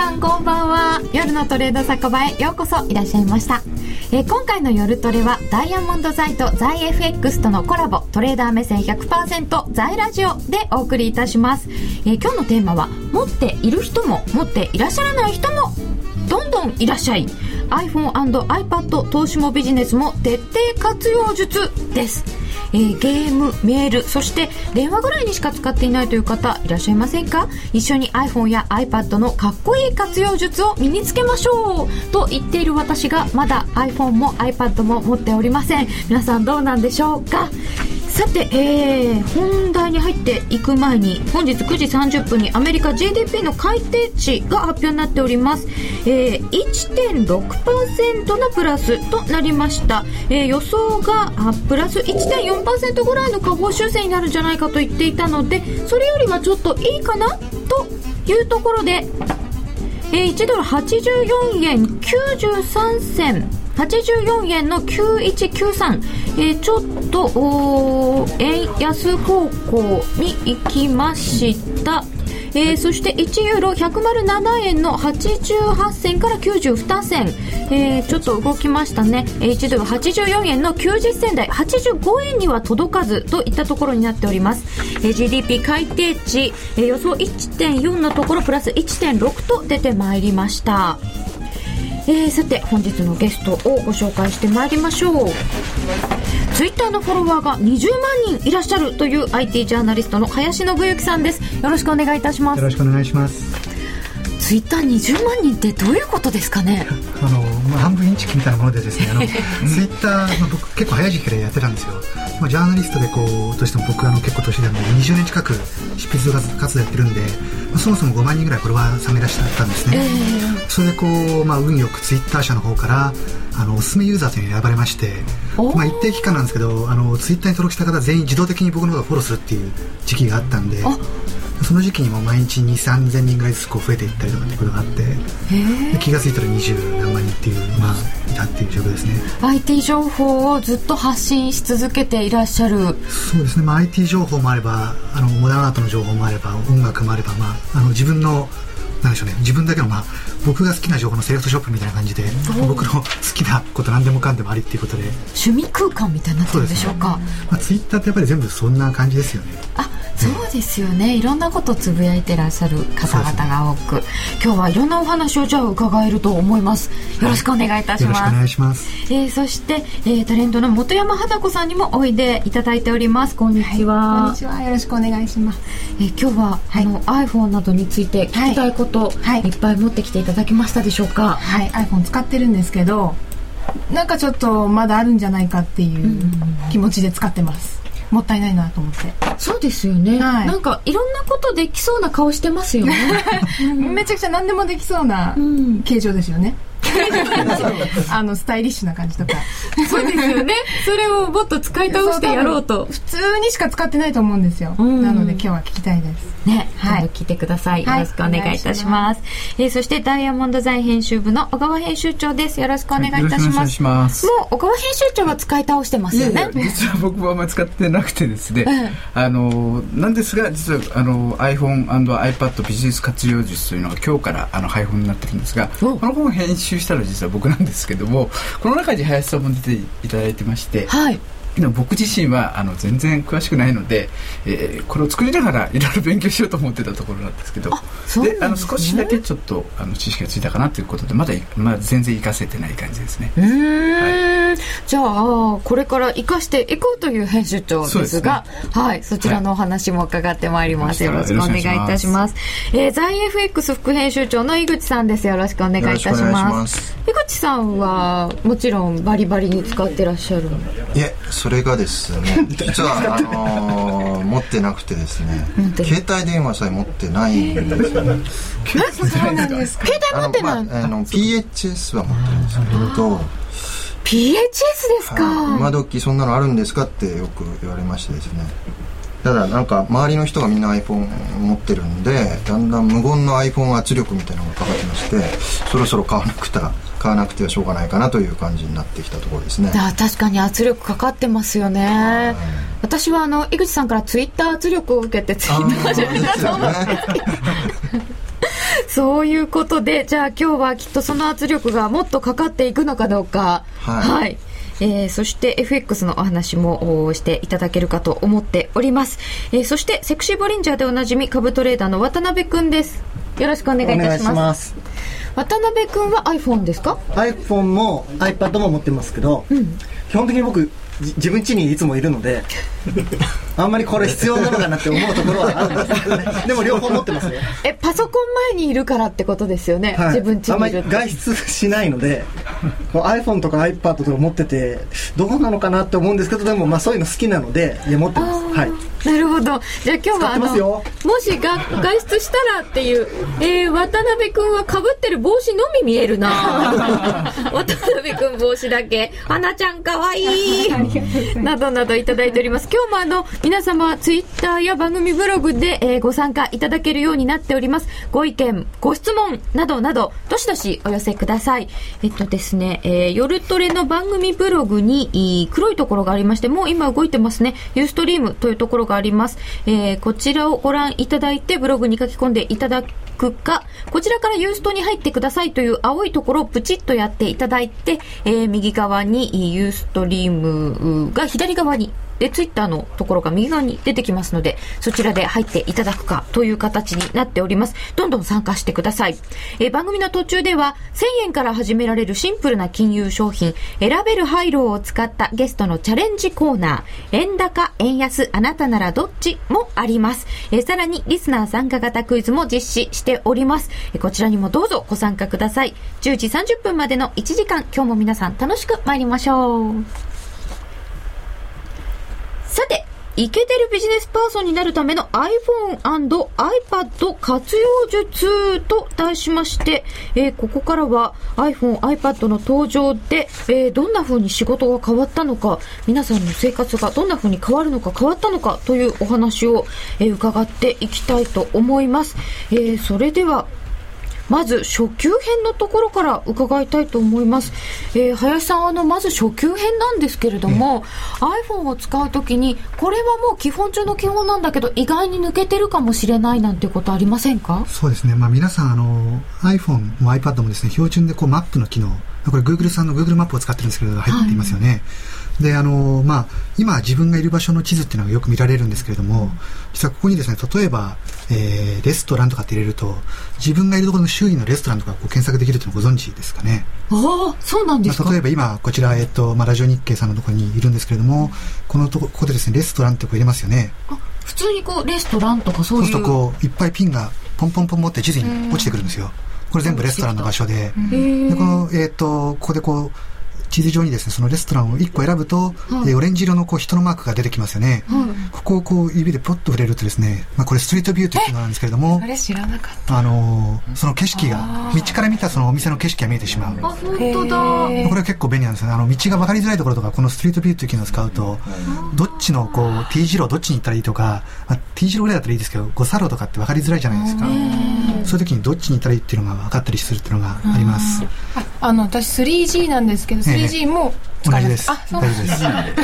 さんこんばんは。夜のトレード酒場へようこそいらっしゃいました。今回の夜トレはダイヤモンド財と財 FX とのコラボ、トレーダー目線 100% 財ラジオでお送りいたします。今日のテーマは、持っている人も持っていらっしゃらない人もどんどんいらっしゃい、 iPhone&iPad 投資もビジネスも徹底活用術です。ゲーム、メール、そして電話ぐらいにしか使っていないという方いらっしゃいませんか？一緒に iPhone や iPad のかっこいい活用術を身につけましょうと言っている私が、まだ iPhone も iPad も持っておりません。皆さんどうなんでしょうか？さて、本題に入っていく前に、本日9時30分にアメリカ GDP の改定値が発表になっております。1.6% のプラスとなりました。予想がプラス 1.4% ぐらいの下方修正になるんじゃないかと言っていたので、それよりはちょっといいかなというところで、1ドル84円93銭84円の9193、ちょっと円安方向に行きました。そして1ユーロ107円の88銭から92銭、ちょっと動きましたね。1ドル84円の90銭台、85円には届かずといったところになっております。GDP 改定値、予想 1.4 のところプラス 1.6 と出てまいりました。さて本日のゲストをご紹介してまいりましょう。ツイッターのフォロワーが20万人いらっしゃるという IT ジャーナリストの林信之さんです。よろしくお願いいたします。 よろしくお願いします。 ツイッター20万人ってどういうことですかね？ 半分インチキみたいなものでですね、ツイッター、僕結構早い時期からやってたんですよ。ジャーナリストでとしても僕結構年なんで20年近く執筆活動やってるんで、そもそも5万人ぐらいフォロワーさんいらっしゃったんですね。それで運よくツイッター社の方からおすすめユーザーというのに選ばれまして、一定期間なんですけど、ツイッターに登録した方全員自動的に僕のことをフォローするっていう時期があったんで、その時期にも毎日 2,3000 人ぐらいずつ増えていったりとかっていうことがあって、気がついたら20何万人っていう、いたっていう状況ですね。 IT 情報をずっと発信し続けていらっしゃる。 そうですね、IT 情報もあればモダンアートの情報もあれば音楽もあれば、自分のなんでしょうね、自分だけの僕が好きな情報のセレクトショップみたいな感じで、僕の好きなこと何でもかんでもありっていうことで趣味空間みたいになってるんでしょうか？ ツイッターってやっぱり全部そんな感じですよね。 そうですよね。いろんなことをつぶやいてらっしゃる方々が多く、今日はいろんなお話を伺えると思います。よろしくお願いいたします。 よろしくお願いします。 そして、タレントの本山花子さんにもおいでいただいております。こんにちは。 こんにちは。よろしくお願いします。 今日は、iPhone などについて聞きたいこと、いっぱい持ってきていただきましたでしょうか？ はい、iPhone 使ってるんですけど、なんかちょっとまだあるんじゃないかっていう気持ちで使ってます。もったいないなと思って。 そうですよね、なんかいろんなことできそうな顔してますよね。 めちゃくちゃ何でもできそうな形状ですよね。スタイリッシュな感じとか。 そうですよね。それをもっと使い倒してやろうと。 普通にしか使ってないと思うんですよ。なので今日は聞きたいですね。聞いてください。よろしくお願いいたします。そしてダイヤモンド財編集部の小川編集長です。よろしくお願いいたします。もう小川編集長は使い倒してますよね。 実は僕はあんまり使ってなくてですね、なんですが実はiPhone&iPad ビジネス活用術というのが今日から配布になってるんですが、この本を編集したのは実は僕なんですけども、この中に林さんも出ていただいてまして、僕自身は全然詳しくないので、これを作りながらいろいろ勉強しようと思ってたところなんですけど、少しだけちょっと知識がついたかなということで、まだ全然活かせてない感じですね。 じゃあこれから活かしていこうという編集長ですが、そちらのお話も伺ってまいります。よろしくお願いいたします。財 FX 副編集長の井口さんです。よろしくお願いいたします。井口さんはもちろんバリバリに使ってらっしゃる？ いえ、それがですね、実は持ってなくてですね、携帯電話さえ持ってないんですよね。 そうなんですか？携帯持ってない？ PHS は持ってるんですけど、 PHS ですか？ 今時そんなのあるんですかってよく言われましてですね。ただなんか周りの人がみんな iPhone 持ってるんで、だんだん無言の iPhone 圧力みたいなのがかかってまして、そろそろ買わなくてはしょうがないかなという感じになってきたところですね。 確かに圧力かかってますよね。私は井口さんからツイッター圧力を受けてツイッター始めたと思うんですけどそういうことで、じゃあ今日はきっとその圧力がもっとかかっていくのかどうか、はい、そして FX のお話もしていただけるかと思っております。そしてセクシーボリンジャーでおなじみ株トレーダーの渡辺くんです。よろしくお願いいたします。渡辺くんは iPhone ですか？ iPhone も iPad も持ってますけど、基本的に僕自分家にいつもいるのであんまりこれ必要なのかなって思うところはあるんですけどね。でも両方持ってますよ。 パソコン前にいるからってことですよね、はい、自分家にいるって。あんまり外出しないのでiPhone とか iPad とか持っててどうなのかなって思うんですけど、でもそういうの好きなので持ってます。はい、 なるほど。じゃあ今日はもし外出したらっていう、渡辺くんは被ってる帽子のみ見えるな渡辺くん帽子だけ、花ちゃんかわいいなどなどいただいております。今日も皆様ツイッターや番組ブログで、ご参加いただけるようになっております。ご意見ご質問などなどどしどしお寄せください。ですね、夜トレの番組ブログに黒いところがありまして、もう今動いてますね。ユーストリームというところがあります。こちらをご覧いただいてブログに書き込んでいただくか、こちらからユーストに入ってくださいという青いところをプチッとやっていただいて、右側にユーストリームが左側にでツイッターのところが右側に出てきますので、そちらで入っていただくかという形になっております。どんどん参加してください。番組の途中では1000円から始められるシンプルな金融商品、選べるハイローを使ったゲストのチャレンジコーナー、円高円安あなたならどっちもあります。さらにリスナー参加型クイズも実施しております。こちらにもどうぞご参加ください。10時30分までの1時間、今日も皆さん楽しく参りましょう。さて、イケてるビジネスパーソンになるための iPhone&iPad 活用術と題しまして、ここからは iPhone、iPad の登場で、どんな風に仕事が変わったのか、皆さんの生活がどんな風に変わるのか変わったのかというお話を、伺っていきたいと思います。それではまず初級編のところから伺いたいと思います。林さん、まず初級編なんですけれども、iPhone を使うときにこれはもう基本中の基本なんだけど意外に抜けてるかもしれないなんていうことありませんか？ そうですね、皆さんiPhone も iPad もですね、標準でマップの機能、これ Google さんの Google マップを使ってるんですけど入っていますよね。はい、で今自分がいる場所の地図っていうのがよく見られるんですけれども、実はここにですね、例えば、レストランとかって入れると自分がいるところの周囲のレストランとか検索できるというのをご存知ですかね。 ああ、そうなんですか。 例えば今こちら、ラジオ日経さんのところにいるんですけれども、ここでですねレストランってこう入れますよね。 普通にレストランとかそういう、 そうするといっぱいピンがポンポンポンって地図に落ちてくるんですよ。これ全部レストランの場所で、でここで地図上にですね、そのレストランを1個選ぶと、オレンジ色の人のマークが出てきますよね。ここを指でポッと触れるとですね、これストリートビューというのなんですけれども、 それ知らなかった。 その景色が、道から見たそのお店の景色が見えてしまう。 あ、本当だ。 これは結構便利なんですよね。道が分かりづらいところとか、このストリートビューという機能を使うと、どっちのT 字路どっちに行ったらいいとか、T 字路ぐらいだったらいいですけど、5差路とかって分かりづらいじゃないですか。そういう時にどっちに行ったらいいっていうのが分かったりするっていうのがあります。 私 3G なんですけど、3G も同じです。 大丈夫です。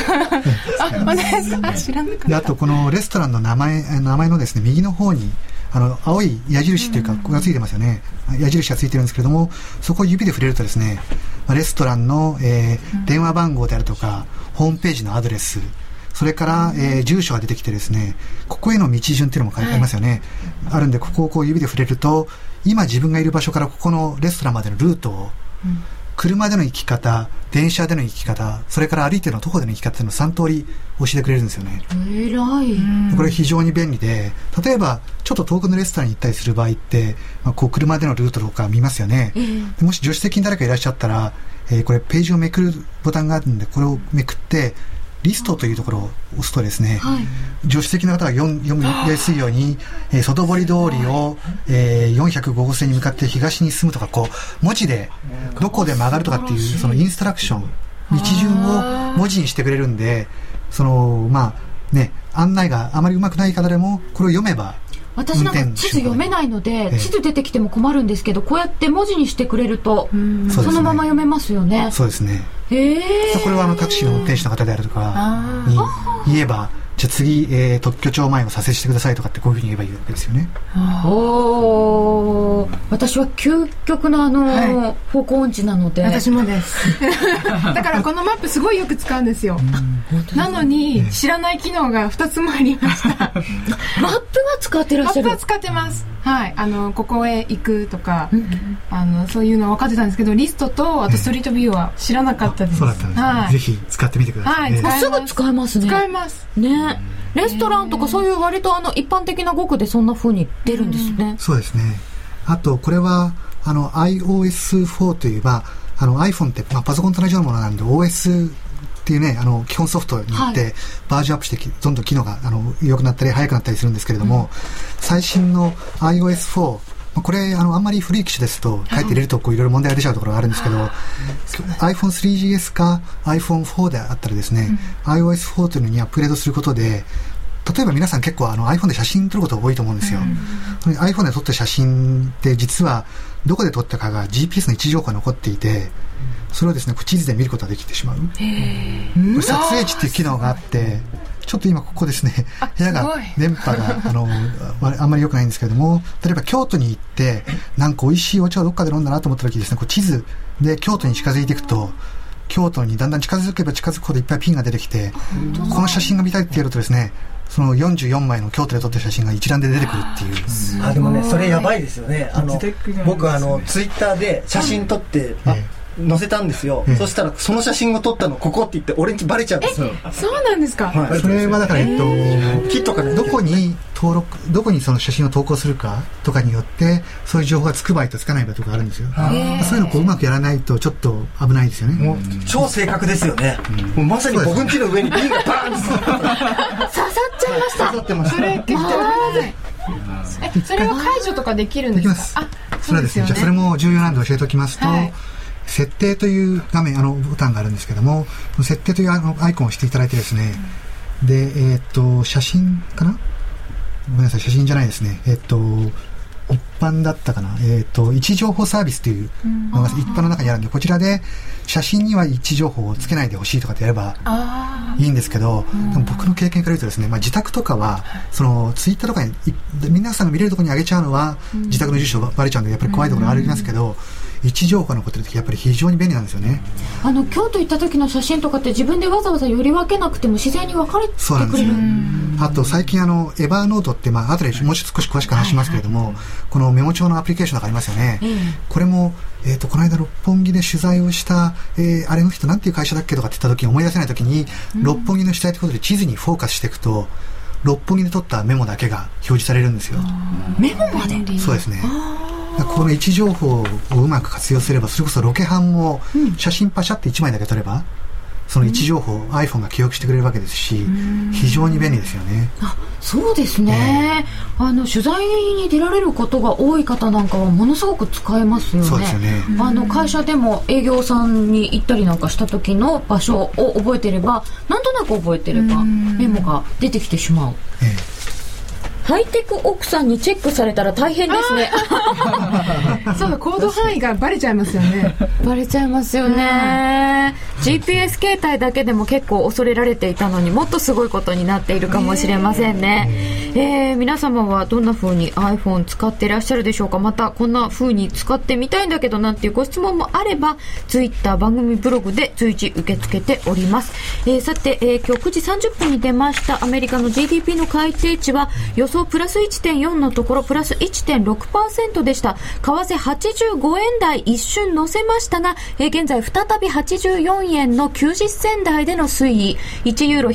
知らなかった。 で、あとこのレストランの名前のですね、右の方に青い矢印っていうか、ここがついてますよね。矢印がついてるんですけれども、そこを指で触れるとですね、レストランの、電話番号であるとか、ホームページのアドレス、それから、住所が出てきてですね、ここへの道順っていうのもありますよね。あるんで、ここを指で触れると、今自分がいる場所からここのレストランまでのルートを、車での行き方、電車での行き方、それから歩いての徒歩での行き方の3通り教えてくれるんですよね。 偉い。 これ非常に便利で、例えばちょっと遠くのレストランに行ったりする場合って、車でのルートとか見ますよね。もし助手席に誰かいらっしゃったら、これページをめくるボタンがあるんで、これをめくってリストというところを押すとですね、助手席の方が読みやすいように、外堀通りを、405号線に向かって東に進むとか、文字でどこで曲がるとかっていうそのインストラクション、道順を文字にしてくれるんで、案内があまりうまくない方でもこれを読めば、 私なんか地図読めないので、地図出てきても困るんですけど、こうやって文字にしてくれるとそのまま読めますよね。 そうですね。これはタクシーの運転手の方であるとかに言えば、 じゃあ次、特許庁前を左折してくださいとかってこういうふうに言えばいいわけですよね。 私は究極の方向音痴なので。 私もですだからこのマップすごいよく使うんですよ。なのに知らない機能が2つもありましたマップは使ってらっしゃる？ マップは使ってます。はい、ここへ行くとか、そういうのは分かってたんですけど、リストとあとストリートビューは知らなかったです。 そうだったんですね、はい、ぜひ使ってみてください、ね。 すぐ使えますね。 使えますね。レストランとかそういう割と一般的な語句でそんな風に出るんですね。 そうですね。あとこれはiOS4 といえばiPhone って、パソコンと同じようなものなんで OSっていうね基本ソフトによってバージョンアップしてどんどん機能が良くなったり速くなったりするんですけれども、最新の iOS4、これあんまり古い機種ですとかえって入れるといろいろ問題が出ちゃうところがあるんですけど、iPhone3GS か iPhone4 であったらですね、iOS4 というのにアップグレードすることで、例えば皆さん結構iPhone で写真撮ることが多いと思うんですよ、iPhone で撮った写真って実はどこで撮ったかが GPS の位置情報が残っていて、それをですね地図で見ることができてしまう。撮影値っていう機能があって、ちょっと今ここですね、部屋が電波があんまり良くないんですけれども、例えば京都に行ってなんか美味しいお茶をどっかで飲んだなと思った時ですね、地図で京都に近づいていくと、京都にだんだん近づけば近づくほどいっぱいピンが出てきて、この写真が見たいってやるとですね、その44枚の京都で撮った写真が一覧で出てくるっていう。 でもね、それやばいですよね。僕ツイッターで写真撮って、載せたんですよ、そしたらその写真を撮ったのここって言って俺んちバレちゃうんですよ。 そうなんですか、 それはだから木とかね、 どこにその写真を投稿するかとかによってそういう情報がつく場合とつかない場合とかあるんですよ。そういうのをうまくやらないとちょっと危ないですよね。 もう超正確ですよね、もうまさに僕んちの上にピンがバーンって刺さっちゃいました。 刺さってました。 それ結構それは解除とかできるんですか？ それはですね、じゃあそれも重要なんで教えておきますと、設定という画面ボタンがあるんですけども、設定というアイコンを押していただいてですね、で写真かな、ごめんなさい、写真じゃないですね、一般だったかな、位置情報サービスというのが一般の中にあるんで、こちらで写真には位置情報をつけないでほしいとかってやればいいんですけど、でも僕の経験から言うとですね、自宅とかはそのツイッターとかに皆さんが見れるところに上げちゃうのは自宅の住所がバレちゃうんでやっぱり怖いところありますけど、位置情報が残ってるときやっぱり非常に便利なんですよね。 京都行った時の写真とかって自分でわざわざより分けなくても自然に分かれてくれる。 そうなんですよ。あと最近エバーノートって後でもう少し詳しく話しますけれども、このメモ帳のアプリケーションがありますよね、これも、この間六本木で取材をした、あれの人なんていう会社だっけとかって言った時に思い出せない時に、六本木の取材ということで地図にフォーカスしていくと六本木で撮ったメモだけが表示されるんですよ。 メモまで？ そうですね。この位置情報をうまく活用すれば、それこそロケハンも写真パシャって1枚だけ撮ればその位置情報を iPhone が記憶してくれるわけですし、非常に便利ですよね。 そうですね、取材に出られることが多い方なんかはものすごく使えますよね。 そうですよね。 会社でも営業さんに行ったりなんかした時の場所を覚えてれば、なんとなく覚えてればメモが出てきてしまう。ハイテク奥さんにチェックされたら大変ですね。 そうだ、行動範囲がバレちゃいますよね。 バレちゃいますよね、GPS 携帯だけでも結構恐れられていたのにもっとすごいことになっているかもしれませんね。皆様はどんな風に iPhone 使っていらっしゃるでしょうか。またこんな風に使ってみたいんだけどなんていうご質問もあれば Twitter 番組ブログで随時受け付けております。さて、今日9時30分に出ましたアメリカの GDP の改定値は予想プラス 1.4 のところプラス 1.6% でした。為替85円台一瞬乗せましたが、現在再び84円の90銭台での推移、1ユーロ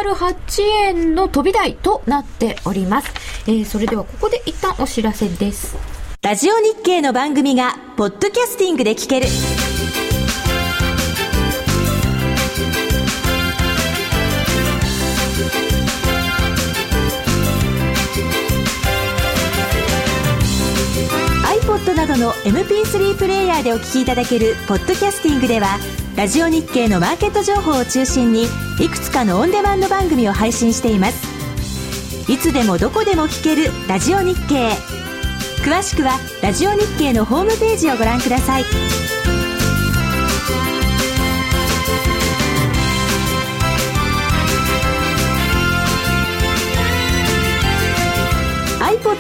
108円の飛び台となっております。それではここで一旦お知らせです。 ラジオ日経の番組がポッドキャスティングで聞ける。iPod などの MP3 プレイヤーでお聞きいただけるポッドキャスティングでは、ラジオ日経のマーケット情報を中心にいくつかのオンデマンド番組を配信しています。いつでもどこでも聞けるラジオ日経。詳しくはラジオ日経のホームページをご覧ください。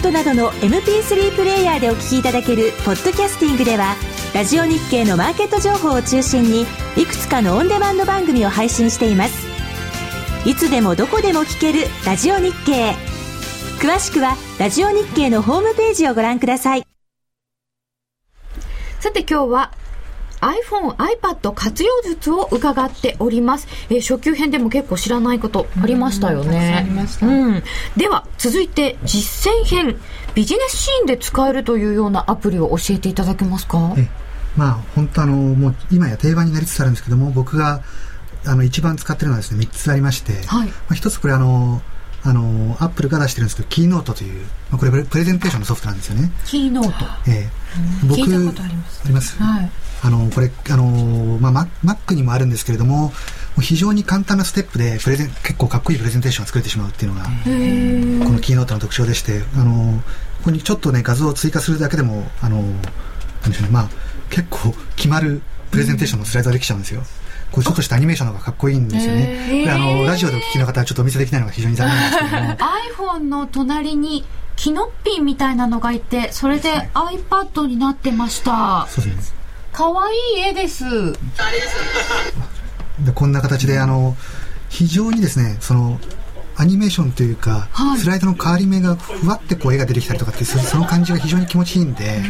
iPod などの MP3 プレイヤーでお聞きいただけるポッドキャスティングでは、ラジオ日経のマーケット情報を中心にいくつかのオンデマンド番組を配信しています。いつでもどこでも聞けるラジオ日経。詳しくはラジオ日経のホームページをご覧ください。 さて今日はiPhone、iPad 活用術を伺っております。初級編でも結構知らないことありましたよね。 ありました。 では続いて実践編、ビジネスシーンで使えるというようなアプリを教えていただけますか？ 本当もう今や定番になりつつあるんですけども、僕が一番使っているのはですね、3つありまして、一つこれアップルが出してるんですけど、キーノートという、これプレゼンテーションのソフトなんですよね。 キーノート、 僕聞いたことあります。 あります、これMac にもあるんですけれども、非常に簡単なステップで結構かっこいいプレゼンテーションを作れてしまうっていうのがこのキーノートの特徴でして、ここにちょっとね画像を追加するだけでもなんでしょうね、結構決まるプレゼンテーションのスライドができちゃうんですよ。こうちょっとしたアニメーションの方がかっこいいんですよね。ラジオでお聞きの方はちょっとお見せできないのが非常に残念なんですけども iPhone の隣にキノッピンみたいなのがいて、それで iPad になってました。 そうです。 かわいい絵です。 でこんな形で非常にですね、そのアニメーションというか、スライドの変わり目がふわってこう絵が出てきたりとかって、その感じが非常に気持ちいいんで、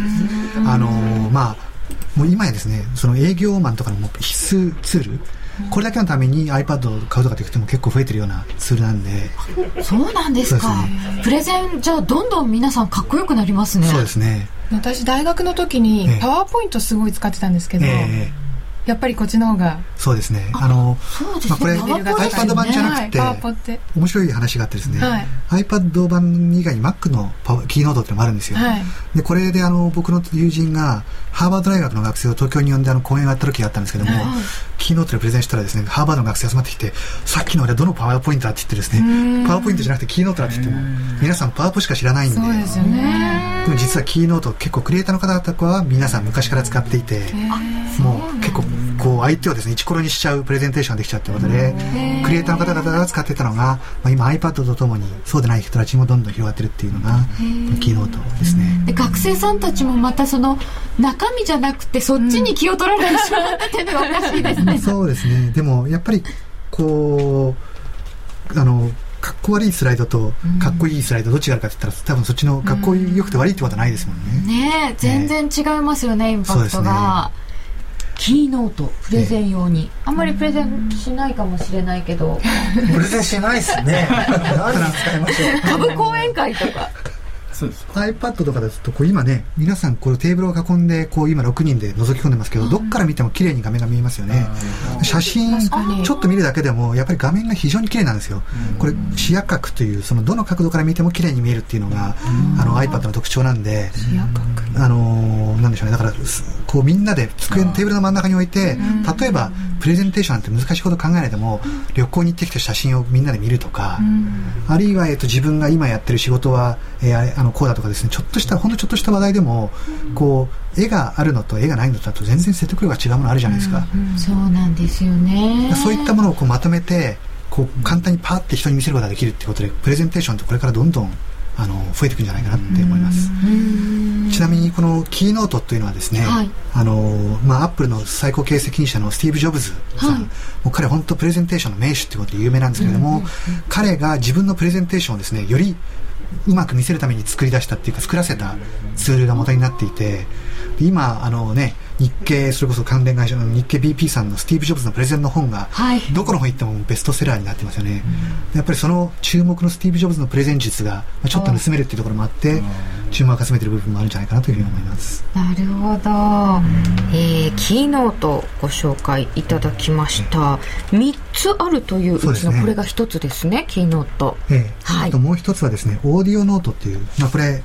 もう今やですね、その営業マンとかのも必須ツール、これだけのために iPad を買うとかって言っても結構増えてるようなツールなんで。 そうなんですか。プレゼンじゃあどんどん皆さんかっこよくなりますね。 そうですね。 私大学の時にパワーポイントすごい使ってたんですけど、やっぱりこっちの方が。 そうですね。 そうですね、 これ iPad 版じゃなくて、面白い話があってですね、iPad 版以外に Mac のキーノートってのもあるんですよ。でこれで僕の友人がハーバード大学の学生を東京に呼んで講演をやった時があったんですけども、キーノートでプレゼンしたらですね、ハーバードの学生集まってきて、さっきの俺はどのパワーポイントだって言ってですね、パワーポイントじゃなくてキーノートだって言っても皆さんパワポしか知らないんで。 そうですよね。 でも実はキーノート結構クリエイターの方々は皆さん昔から使っていて、もう結構こう相手をですねイチコロにしちゃうプレゼンテーションができちゃうということで、クリエイターの方々が使っていたのが、今 iPad とともにそうでない人たちもどんどん広がってるっていうのがキーノートですね。 で学生さんたちもまたその中身じゃなくてそっちに気を取られてしまうっていうのがおかしいですね。 そうですね。でもやっぱりこうかっこ悪いスライドとかっこいいスライドどっちがあるかって言ったら、多分そっちのかっこよくて悪いってことはないですもんね。 ねえ、全然違いますよね、インパクトが。キーノートプレゼン用に、あんまりプレゼンしないかもしれないけどプレゼンしないっすね。何に使いましょう。 株講演会とか。 そうです。 iPad とかですと今ね、皆さんこうテーブルを囲んで今6人で覗き込んでますけど、どっから見ても綺麗に画面が見えますよね。写真ちょっと見るだけでもやっぱり画面が非常に綺麗なんですよ。これ視野角というそのどの角度から見ても綺麗に見えるっていうのがiPad の特徴なんで、なんでしょうね。だからこうみんなでテーブルの真ん中に置いて、例えばプレゼンテーションなんて難しいこと考えないでも旅行に行ってきた写真をみんなで見るとか、あるいは自分が今やってる仕事はこうだとかですね、ほんのちょっとした話題でもこう絵があるのと絵がないのと全然説得力が違うものあるじゃないですか。 そうなんですよね。 そういったものをまとめて簡単にパーって人に見せることができるっていうことで、プレゼンテーションってこれからどんどん増えていくんじゃないかなって思います。ちなみにこのキーノートというのはですね、アップルの最高経営責任者のスティーブ・ジョブズさん、もう彼本当プレゼンテーションの名手ということで有名なんですけれども、彼が自分のプレゼンテーションをですね、よりうまく見せるために作り出したっていうか作らせたツールが元になっていて、今日経、それこそ関連会社の日経 BP さんのスティーブ・ジョブズのプレゼンの本がどこの本行ってもベストセラーになってますよね。やっぱりその注目のスティーブ・ジョブズのプレゼン術がちょっと盗めるっていうところもあって注目を集めている部分もあるんじゃないかなというふうに思います。 なるほど。キーノートをご紹介いただきました。3つあるといううちのこれが1つですね、キーノート。 あともう1つはですね、オーディオノートっていう、これ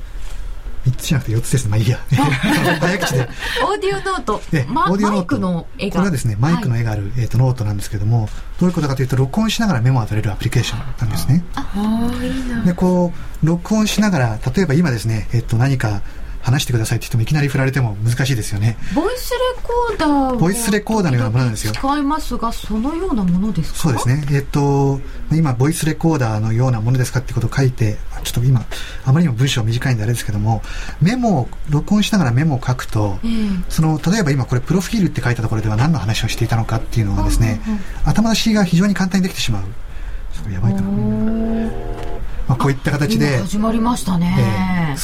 3つじゃなくて4つですね。まあいいや。早口で。 オーディオノート。マイクの絵が。 これはですね、マイクの絵がある、ノートなんですけれども、どういうことかというと、録音しながらメモが取れるアプリケーションなんですね。 いいな。 で、録音しながら、例えば今ですね、何か話してくださいって言ってもいきなり振られても難しいですよね。 ボイスレコーダー。 ボイスレコーダーのようなものなんですよ。 使いますが、そのようなものですか？ そうですね。今ボイスレコーダーのようなものですかってことを書いてちょっと今あまりにも文章短いんであれですけども、メモを録音しながらメモを書くと、例えば今これプロフィールって書いたところでは何の話をしていたのかっていうのがですね、頭出しが非常に簡単にできてしまう。それやばいかな。こういった形で始まりましたね。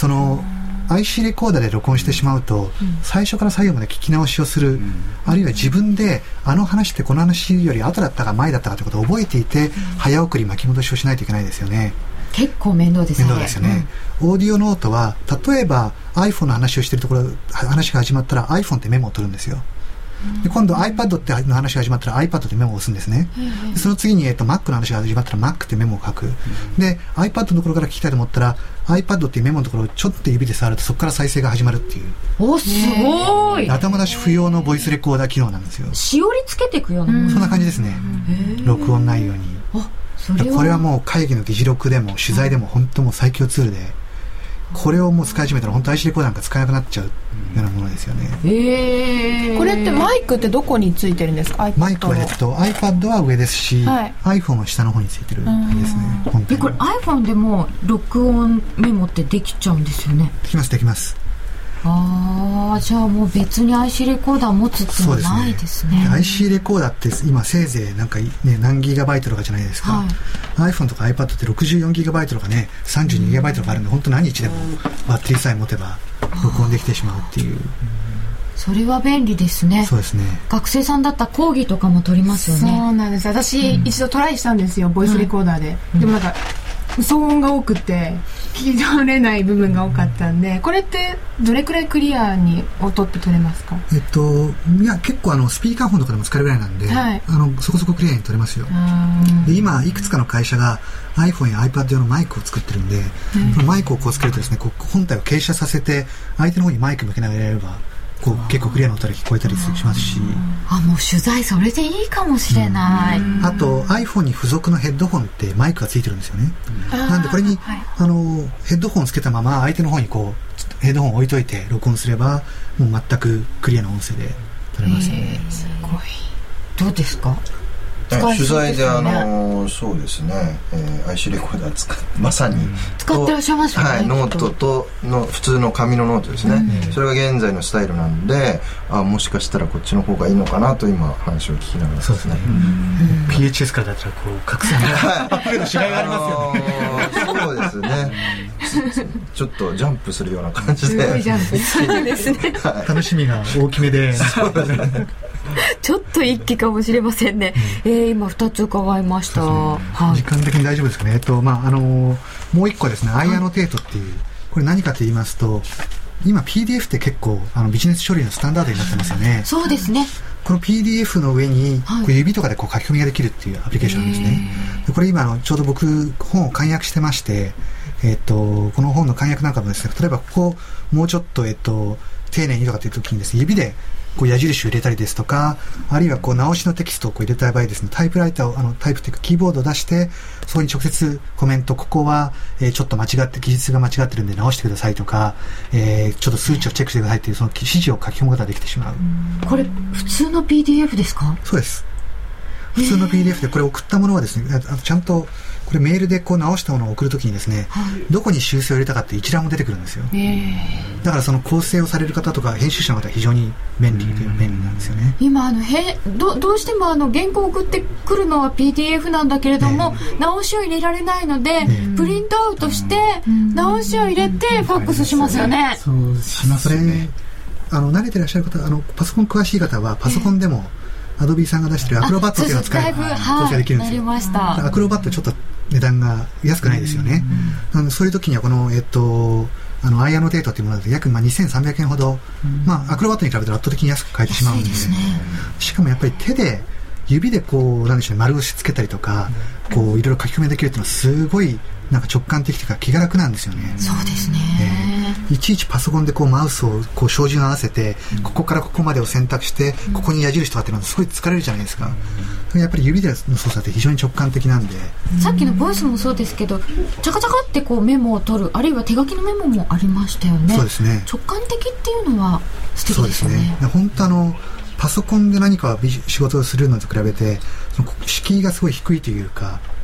IC レコーダーで録音してしまうと、最初から最後まで聞き直しをする、あるいは自分であの話ってこの話より後だったか前だったかということを覚えていて、早送り巻き戻しをしないといけないですよね。 結構面倒ですね。 面倒ですよね。オーディオノートは例えば iPhone の話をしているところ、話が始まったら iPhone ってメモを取るんですよ。で今度 iPad っての話が始まったら iPad ってメモを押すんですね。でその次に、Mac の話が始まったら Mac ってメモを書く。で iPad のところから聞きたいと思ったら iPad っていうメモのところをちょっと指で触るとそこから再生が始まるっていう。 お、すごい。 頭出し不要のボイスレコーダー機能なんですよ。 しおりつけていくようなもの。 そんな感じですね。録音内容に。これはもう会議の議事録でも取材でも本当もう最強ツールで、これをもう使い始めたら本当 IC レコーダーなんか使えなくなっちゃうようなものですよね。 これってマイクってどこについてるんですか？ マイクはiPad は上ですし、iPhone は下の方についてるんですね。 これ iPhone でも録音メモってできちゃうんですよね。 できますできます。 じゃあもう別に IC レコーダー持つってのはないですね。 IC レコーダーって今せいぜいなんか、何ギガバイトとかじゃないですか。iPhone とか iPad って64ギガバイトとかね、32ギガバイトとかあるんで、本当何日でもバッテリーさえ持てば録音できてしまうっていう。 それは便利ですね。 そうですね。 学生さんだったら講義とかも取りますよね。 そうなんです。私、一度トライしたんですよ、ボイスレコーダーで。でもなんか騒音が多くて聞き取れない部分が多かったんで、これってどれくらいクリアに音って取れますか？ いや結構スピーカーフォンとかでも使えるぐらいなんで、そこそこクリアに取れますよ。で今いくつかの会社が iPhone や iPad 用のマイクを作ってるんで、そのマイクをこうつけるとですね、本体を傾斜させて相手の方にマイク向けながらやれば結構クリアな音で聞こえたりしますし、 もう取材それでいいかもしれない。 あと iPhone に付属のヘッドホンってマイクがついてるんですよね。なんでこれに、ヘッドホンをつけたまま相手の方にヘッドホンを置いといて録音すればもう全くクリアな音声で撮れますよね。 すごい。 どうですか？ 取材でそうですね、IC レコーダーまさに使ってらっしゃいますよね。 ノートと普通の紙のノートですね、それが現在のスタイルなんで、もしかしたらこっちの方がいいのかなと今話を聞きながら。 そうですね。PHS からだったら拡散がアップデートしがいがありますよね。 そうですね。ちょっとジャンプするような感じで。 すごいジャンプ。そうですね。 楽しみが大きめで。 ちょっと一気かもしれませんね。今2つ伺いました。 時間的に大丈夫ですかね。もう一個ですね、アイアノテートっていう、これ何かと言いますと、今 PDF って結構ビジネス処理のスタンダードになってますよね。 そうですね。 この PDF の上に指とかで書き込みができるっていうアプリケーションなんですね。でこれ今ちょうど僕本を漢訳してまして、この本の漢訳なんかもですね、例えばここもうちょっと丁寧にとかっていう時にですね、指で矢印を入れたりですとか、あるいは直しのテキストを入れたい場合ですね、タイプライターをタイプというかキーボードを出してそこに直接コメント、ここは、ちょっと間違って記述が間違ってるんで直してくださいとか、ちょっと数値をチェックしてくださいっていうその指示を書き込むことができてしまう。 これ普通の PDF ですか？ そうです。普通の PDF でこれ送ったものはですね、ちゃんとこれメールで直したものを送るときにですね、どこに修正を入れたかって一覧も出てくるんですよ。だからその構成をされる方とか編集者の方は非常に便利なんですよね。 今どうしても原稿を送ってくるのは PDF なんだけれども、直しを入れられないので、プリントアウトして直しを入れてファックスしますよね。 そうしますね。慣れてらっしゃる方、パソコン詳しい方はパソコンでもアドビーさんが出してるアクロバットっていうのを使えば構成ができるんですよ。アクロバットちょっと値段が安くないですよね。そういう時にはこのアイアノテートというものだと約2300円ほど、アクロバットに比べたら圧倒的に安く買えてしまうんで、しかもやっぱり手で指でなんでしょうね、丸押しつけたりとかいろいろ書き込みできるっていうのはすごいなんか直感的というか気が楽なんですよね。 そうですね。 いちいちパソコンでマウスを照準を合わせて、ここからここまでを選択して、ここに矢印とかっていうのはすごい疲れるじゃないですか。やっぱり指での操作って非常に直感的なんで、 さっきのボイスもそうですけど、チャカチャカってメモを取る、あるいは手書きのメモもありましたよね。 そうですね。 直感的っていうのは素敵ですよね。そうですね。 本当パソコンで何か仕事をするのと比べてその敷居がすごい低いというか、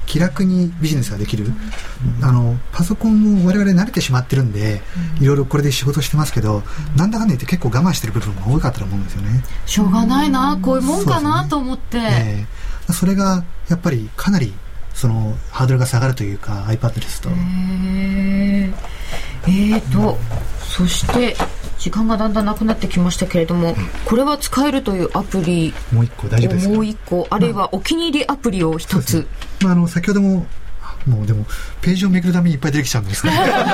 気楽にビジネスができる、パソコンも我々慣れてしまってるんで、いろいろこれで仕事してますけど、なんだかんだ言って結構我慢してる部分が多かったと思うんですよね。 しょうがないな、こういうもんかなと思って、 それがやっぱりかなりそのハードルが下がるというか iPad ですと。 そして時間がだんだんなくなってきましたけれども、これは使えるというアプリもう一個大丈夫ですか？ もう一個、あるいはお気に入りアプリを一つ、 先ほどもでもページをめくるためにいっぱい出てきちゃうんですけど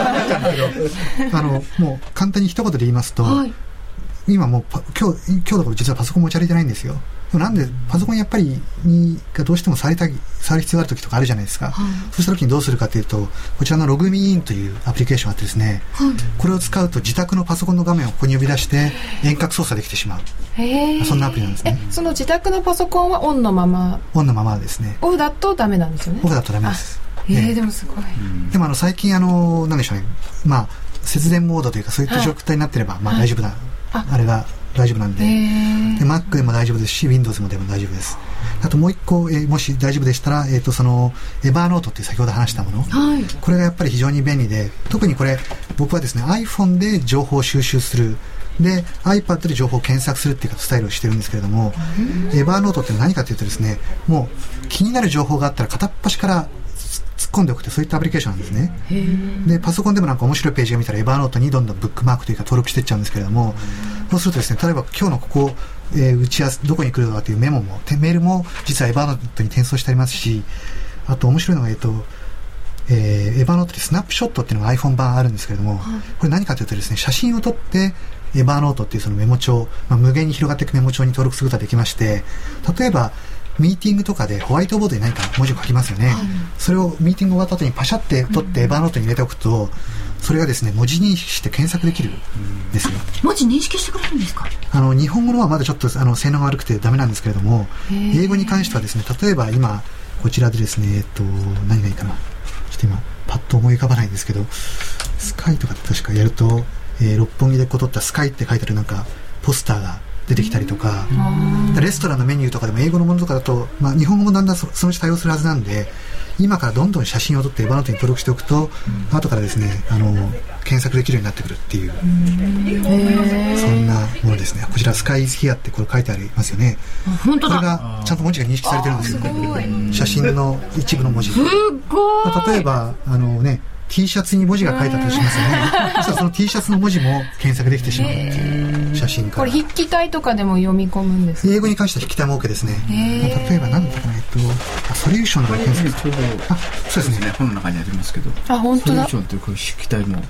もう簡単に一言で言いますと、今もう今日だから実はパソコン持ち歩いてないんですよ。なんでパソコンやっぱりがどうしても触る必要がある時とかあるじゃないですか、そうした時にどうするかというと、こちらのログミーインというアプリケーションがあってですね、これを使うと自宅のパソコンの画面をここに呼び出して遠隔操作できてしまう、そんなアプリなんですね。 その自宅のパソコンはオンのままですね。オフだとダメなんですよね。 オフだとダメです。 でもすごい。 でも最近なんでしょうね、節電モードというかそういった状態になってれば、大丈夫な、あれが大丈夫なんで、Mac でも大丈夫ですし Windows でも大丈夫です。あともう一個、もし大丈夫でしたら、そのエバーノートっていう先ほど話したもの、これがやっぱり非常に便利で、特にこれ僕はですね iPhone で情報を収集するで iPad で情報を検索するっていうスタイルをしてるんですけれども、エバーノートって何かというとですね、もう気になる情報があったら片っ端から突っ込んでおくって、そういったアプリケーションなんですね。でパソコンでもなんか面白いページが見たらエバーノートにどんどんブックマークというか登録していっちゃうんですけれども、そうするとですね、例えば今日のここ、打ち合わせどこに来るのかというメールも実はエバーノートに転送してありますし、あと面白いのがエバーノートでスナップショットっていうのが iPhone 版あるんですけれども、これ何かというとですね、写真を撮ってエバーノートっていうそのメモ帳、無限に広がっていくメモ帳に登録することができまして、例えばミーティングとかでホワイトボードに何か文字を書きますよね、それをミーティング終わった後にパシャって取ってエバーノートに入れておくと、それがですね文字認識して検索できるんですよ。 文字認識してくれるんですか？ 日本語のはまだちょっと性能が悪くてダメなんですけれども、英語に関してはですね、例えば今こちらでですね、何がいいかな、ちょっと今パッと思い浮かばないんですけど、スカイとかって確かやると、六本木で撮ったスカイって書いてあるなんかポスターが出てきたりとか、レストランのメニューとかでも英語のものとかだと、日本語もだんだんそのうち対応するはずなんで、今からどんどん写真を撮ってエバーノートに登録しておくと、後からですね検索できるようになってくるっていう、そんなものですね。こちらスカイズヒアってこれ書いてありますよね。 本当だ。 これがちゃんと文字が認識されてるんですよ。写真の一部の文字。 すごい。 例えばT シャツに文字が書いてあったりしますよね。その T シャツの文字も検索できてしまうっていう写真から。 これ筆記体とかでも読み込むんですか？ 英語に関しては筆記体も OK ですね。例えば何だったかな、ソリューションで検索する。そうですね。 本の中にありますけど。 本当だ。 ソリューションってこういう筆記体も。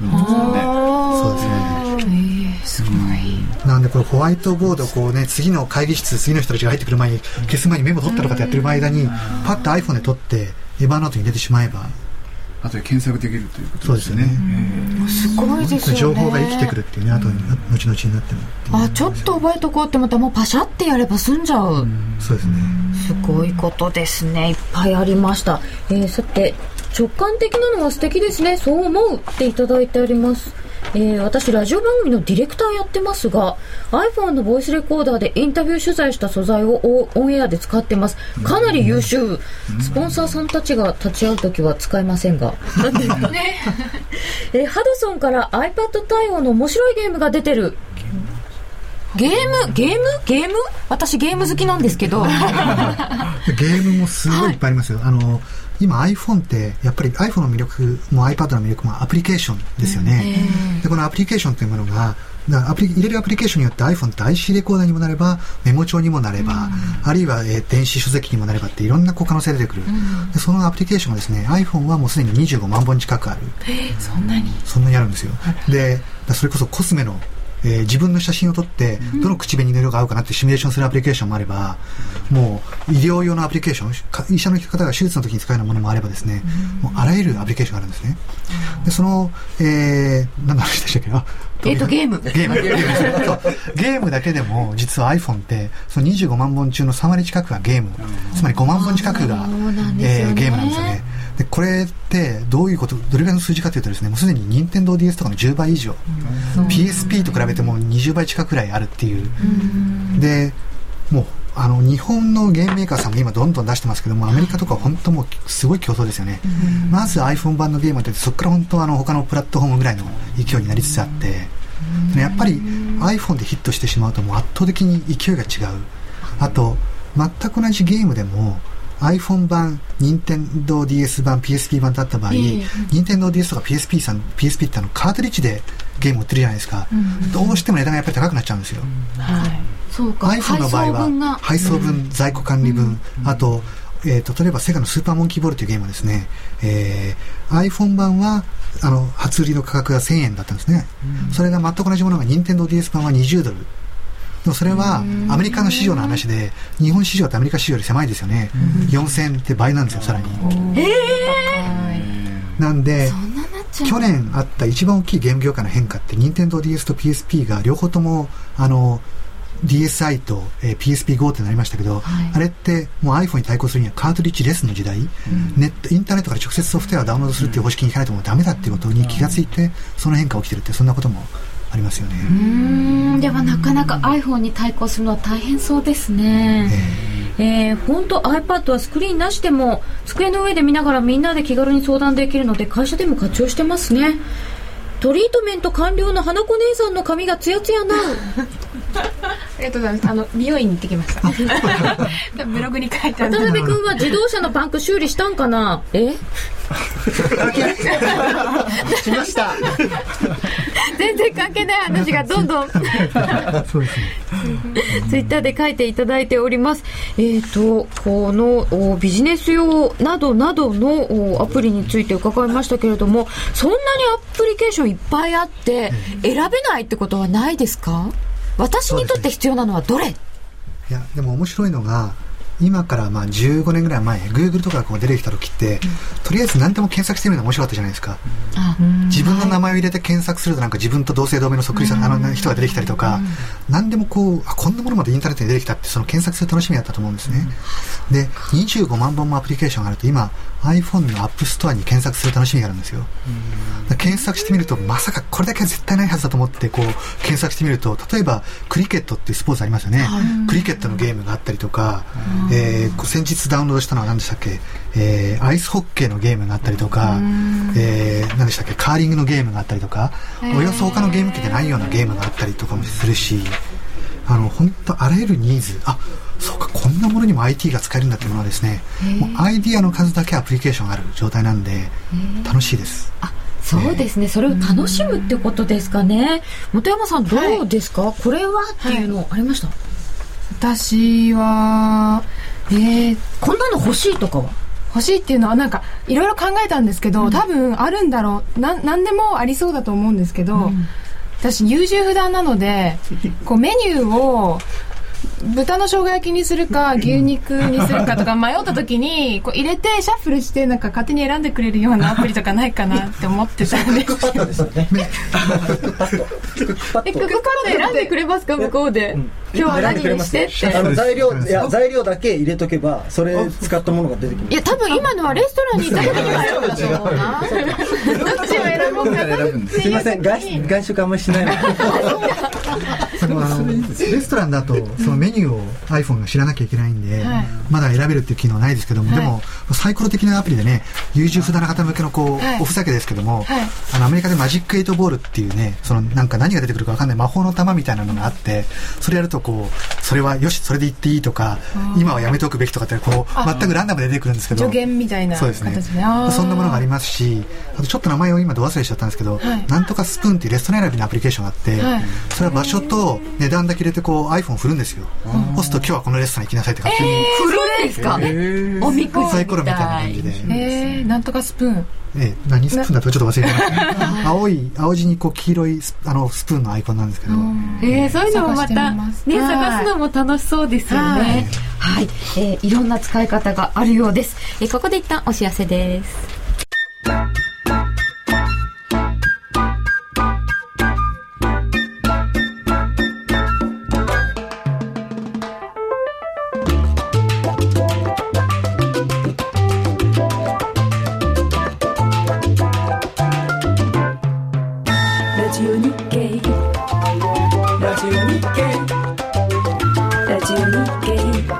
そうですね。 すごい。 なんでこれホワイトボードを次の会議室、次の人たちが入ってくる前に消す前にメモ取ったとかってやってる間にパッと iPhone で撮ってエバーノートに入れてしまえば、 あとで検索できるということですよね。 すごいですよね。 情報が生きてくるっていうね、後に後々になってもちょっと覚えとこうって思ったらもうパシャってやれば済んじゃう。 そうですね。 すごいことですね。いっぱいありました。さて直感的なのは素敵ですね、そう思うっていただいてあります。私ラジオ番組のディレクターやってますが iPhone のボイスレコーダーでインタビュー取材した素材をオンエアで使ってます。かなり優秀。スポンサーさんたちが立ち会うときは使えませんがハドソンから iPad 対応の面白いゲームが出てる。ゲーム私ゲーム好きなんですけどゲームもすごいいっぱいありますよ。今 iPhone ってやっぱり iPhone の魅力も iPad の魅力もアプリケーションですよね。でこのアプリケーションというものが入れるアプリケーションによって iPhone って IC レコーダーにもなればメモ帳にもなれば、あるいは、電子書籍にもなればっていろんな可能性が出てくる。でそのアプリケーションがですね iPhone はもうすでに25万本近くある。 そんなにあるんですよ。でそれこそコスメの自分の写真を撮ってどの口紅の色が合うかなってシミュレーションするアプリケーションもあれば、もう医療用のアプリケーション、医者の方が手術の時に使うようなものもあればですね、もうあらゆるアプリケーションがあるんですね。でその、何の話でしたっけ？ ゲームゲームだけでも実は iPhone ってその25万本中の3割近くがゲーム、つまり5万本近くが、ゲームなんですよね。でこれってどれぐらいの数字かというとですね、もうすでに任天堂 DS とかの10倍以上、PSP と比べても20倍近くらいあるっていう。でもう日本のゲームメーカーさんも今どんどん出してますけども、アメリカとか本当もうすごい競争ですよね。まず iPhone 版のゲームが出て、そこから本当他のプラットフォームぐらいの勢いになりつつあって、やっぱり iPhone でヒットしてしまうともう圧倒的に勢いが違う。あと全く同じゲームでも iPhone 版、Nintendo DS 版、PSP 版だった場合、Nintendo DS とか PSP ってカートリッジでゲーム売ってるじゃないですか、どうしても値段がやっぱり高くなっちゃうんですよ。 そうか、 iPhone の場合は配送分、在庫管理分、あと、例えばセガのスーパーモンキーボールというゲームはですね、iPhone 版は初売りの価格が1000円だったんですね。それが全く同じものが Nintendo DS 版は20ドル。でもそれはアメリカの市場の話で、日本市場ってアメリカ市場より狭いですよね。4000円って倍なんですよ、さらに。なんで去年あった一番大きいゲーム業界の変化って、 Nintendo DS と PSP が両方ともDSi と、PSP-Go ってなりましたけど、あれってもう iPhone に対抗するにはカートリッジレスの時代、インターネットから直接ソフトウェアをダウンロードするっていう方式にいかないともうダメだっていうことに気がついて、その変化が起きてるって、そんなこともありますよね。 ではなかなか iPhone に対抗するのは大変そうですね。本当 iPad はスクリーンなしでも机の上で見ながらみんなで気軽に相談できるので、会社でも活用してますね。トリートメント完了の花子姉さんの髪がツヤツヤなありがとうございます。美容院に行ってきましたブログに書いてある。 渡辺君は自動車のパンク修理したんかな。 しました全然関係ない話がどんどんそうですね、 ツイッターで書いていただいております。このビジネス用などなどのアプリについて伺いましたけれども、そんなにアプリケーションいっぱいあって選べないってことはないですか？私にとって必要なのはどれ？ いやでも面白いのが、今から15年ぐらい前 Google とかが出てきた時って、とりあえず何でも検索してみるのが面白かったじゃないですか。自分の名前を入れて検索するとなんか自分と同姓同名のそっくりさん人が出てきたりとか、何でもこんなものまでインターネットに出てきたって、その検索する楽しみだったと思うんですね。で25万本もアプリケーションがあると、今 iPhone のアップストアに検索する楽しみがあるんですよ。検索してみると、まさかこれだけは絶対ないはずだと思って検索してみると、例えばクリケットっていうスポーツありますよね。クリケットのゲームがあったりとか、先日ダウンロードしたのは何でしたっけ、アイスホッケーのゲームがあったりとか、何でしたっけ、カーリングのゲームがあったりとか、およそ他のゲーム機でないようなゲームがあったりとかもするし、本当あらゆるニーズ、そうか、こんなものにも IT が使えるんだっていうものはですね、もうアイディアの数だけアプリケーションがある状態なんで楽しいです。 そうですね、それを楽しむってことですかね。本山さんどうですか、これはっていうのありました？ 私はこんなの欲しいとかは？ 欲しいっていうのはなんかいろいろ考えたんですけど、多分あるんだろう、何でもありそうだと思うんですけど、私優柔不断なので、メニューを豚の生姜焼きにするか牛肉にするかとか迷った時に入れてシャッフルしてなんか勝手に選んでくれるようなアプリとかないかなって思ってたんです。 クックパッドですよね。 クックパッド選んでくれますか、向こうで。今日は何にしてって。 材料だけ入れとけばそれ使ったものが出てきます。 いや多分今のはレストランに行った時に迷うんだと思うな。どっちを選ぼうかな。 すいません、外食あんまりしないので。レストランだとそのメニューを iPhone が知らなきゃいけないんで、まだ選べるっていう機能はないですけども、でもサイコロ的なアプリでね、優柔不断な方向けのおふざけですけども、アメリカでマジック8ボールっていうね、なんか何が出てくるか分かんない魔法の玉みたいなのがあって、それやるとそれはよしそれで言っていいとか、今はやめておくべきとかって全くランダムで出てくるんですけど、 助言みたいな形で、 そうですね、そんなものがありますし、あとちょっと名前を今ど忘れしちゃったんですけど、なんとかスプーンっていうレストラン選びのアプリケーションがあって、それは場所と値段だけ入れてiPhone 振るんですよ。そうすると今日はこのレストラン行きなさいって勝手に振るんですか？おみくじサイコロみたいな感じで、 なんとかスプーン、 何スプーンだとちょっと忘れてます青地に黄色いスプーンのアイコンなんですけど、 そういうのもまたね、探すのも楽しそうですよね。はい、いろんな使い方があるようです。ここで一旦お知らせです。 ラジオ日経ラジオ日経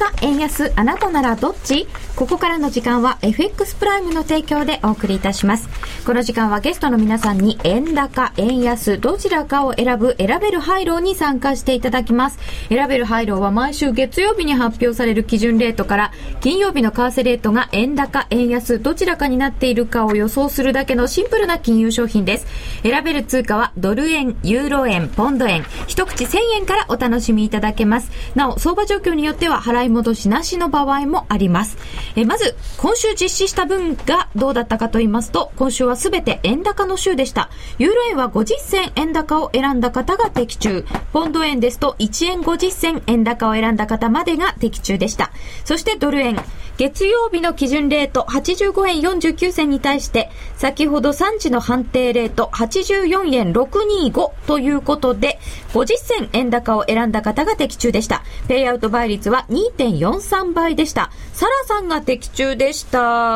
高円安あなたならどっち？ここからの時間は FX プライムの提供でお送りいたします。この時間はゲストの皆さんに円高円安どちらかを選べるハイローに参加していただきます。選べるハイローは毎週月曜日に発表される基準レートから金曜日の為替レートが円高円安どちらかになっているかを予想するだけのシンプルな金融商品です。選べる通貨はドル円、ユーロ円、ポンド円、一口1000円からお楽しみいただけます。なお相場状況によっては払い戻しなしの場合もあります。まず今週実施した分がどうだったかと言いますと、今週はすべて円高の週でした。ユーロ円は50銭円高を選んだ方が的中、ポンド円ですと1円50銭円高を選んだ方までが的中でした。そしてドル円、月曜日の基準レート85円49銭に対して先ほど3時の判定レート84円625ということで50銭円高を選んだ方が的中でした。ペイアウト倍率は 2.43 倍でした。サラさんが的中でした。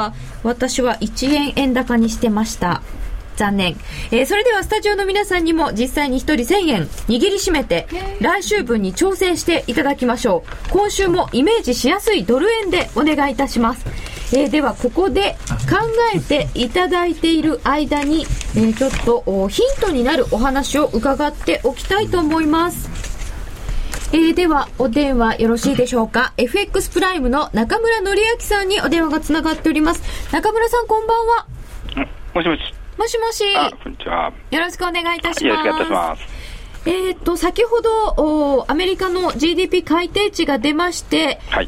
私は1円円高にしてました。残念。それではスタジオの皆さんにも実際に1人1000円握りしめて来週分に挑戦していただきましょう。今週もイメージしやすいドル円でお願いいたします。ではここで考えていただいている間に、ちょっとヒントになるお話を伺っておきたいと思います。ではお電話よろしいでしょうか。 FX プライムの中村則明さんにお電話がつながっております。中村さんこんばんは。 もしもし。 もしもし。 こんにちは。 よろしくお願いいたします。 よろしくお願いいたします。 先ほどアメリカの GDP 改定値が出まして、はい、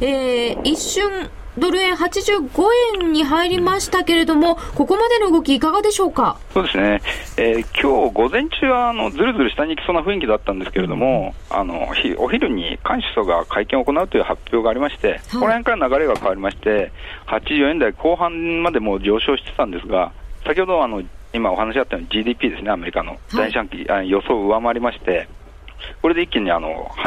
一瞬ドル円85円に入りましたけれども、ここまでの動きいかがでしょうか。 そうですね、今日午前中はずるずる下に行きそうな雰囲気だったんですけれども、お昼に菅首相が会見を行うという発表がありまして、はい、この辺から流れが変わりまして84円台後半までもう上昇してたんですが、先ほど今お話あったように GDP ですね、アメリカの第四半期、予想を上回りまして、これで一気に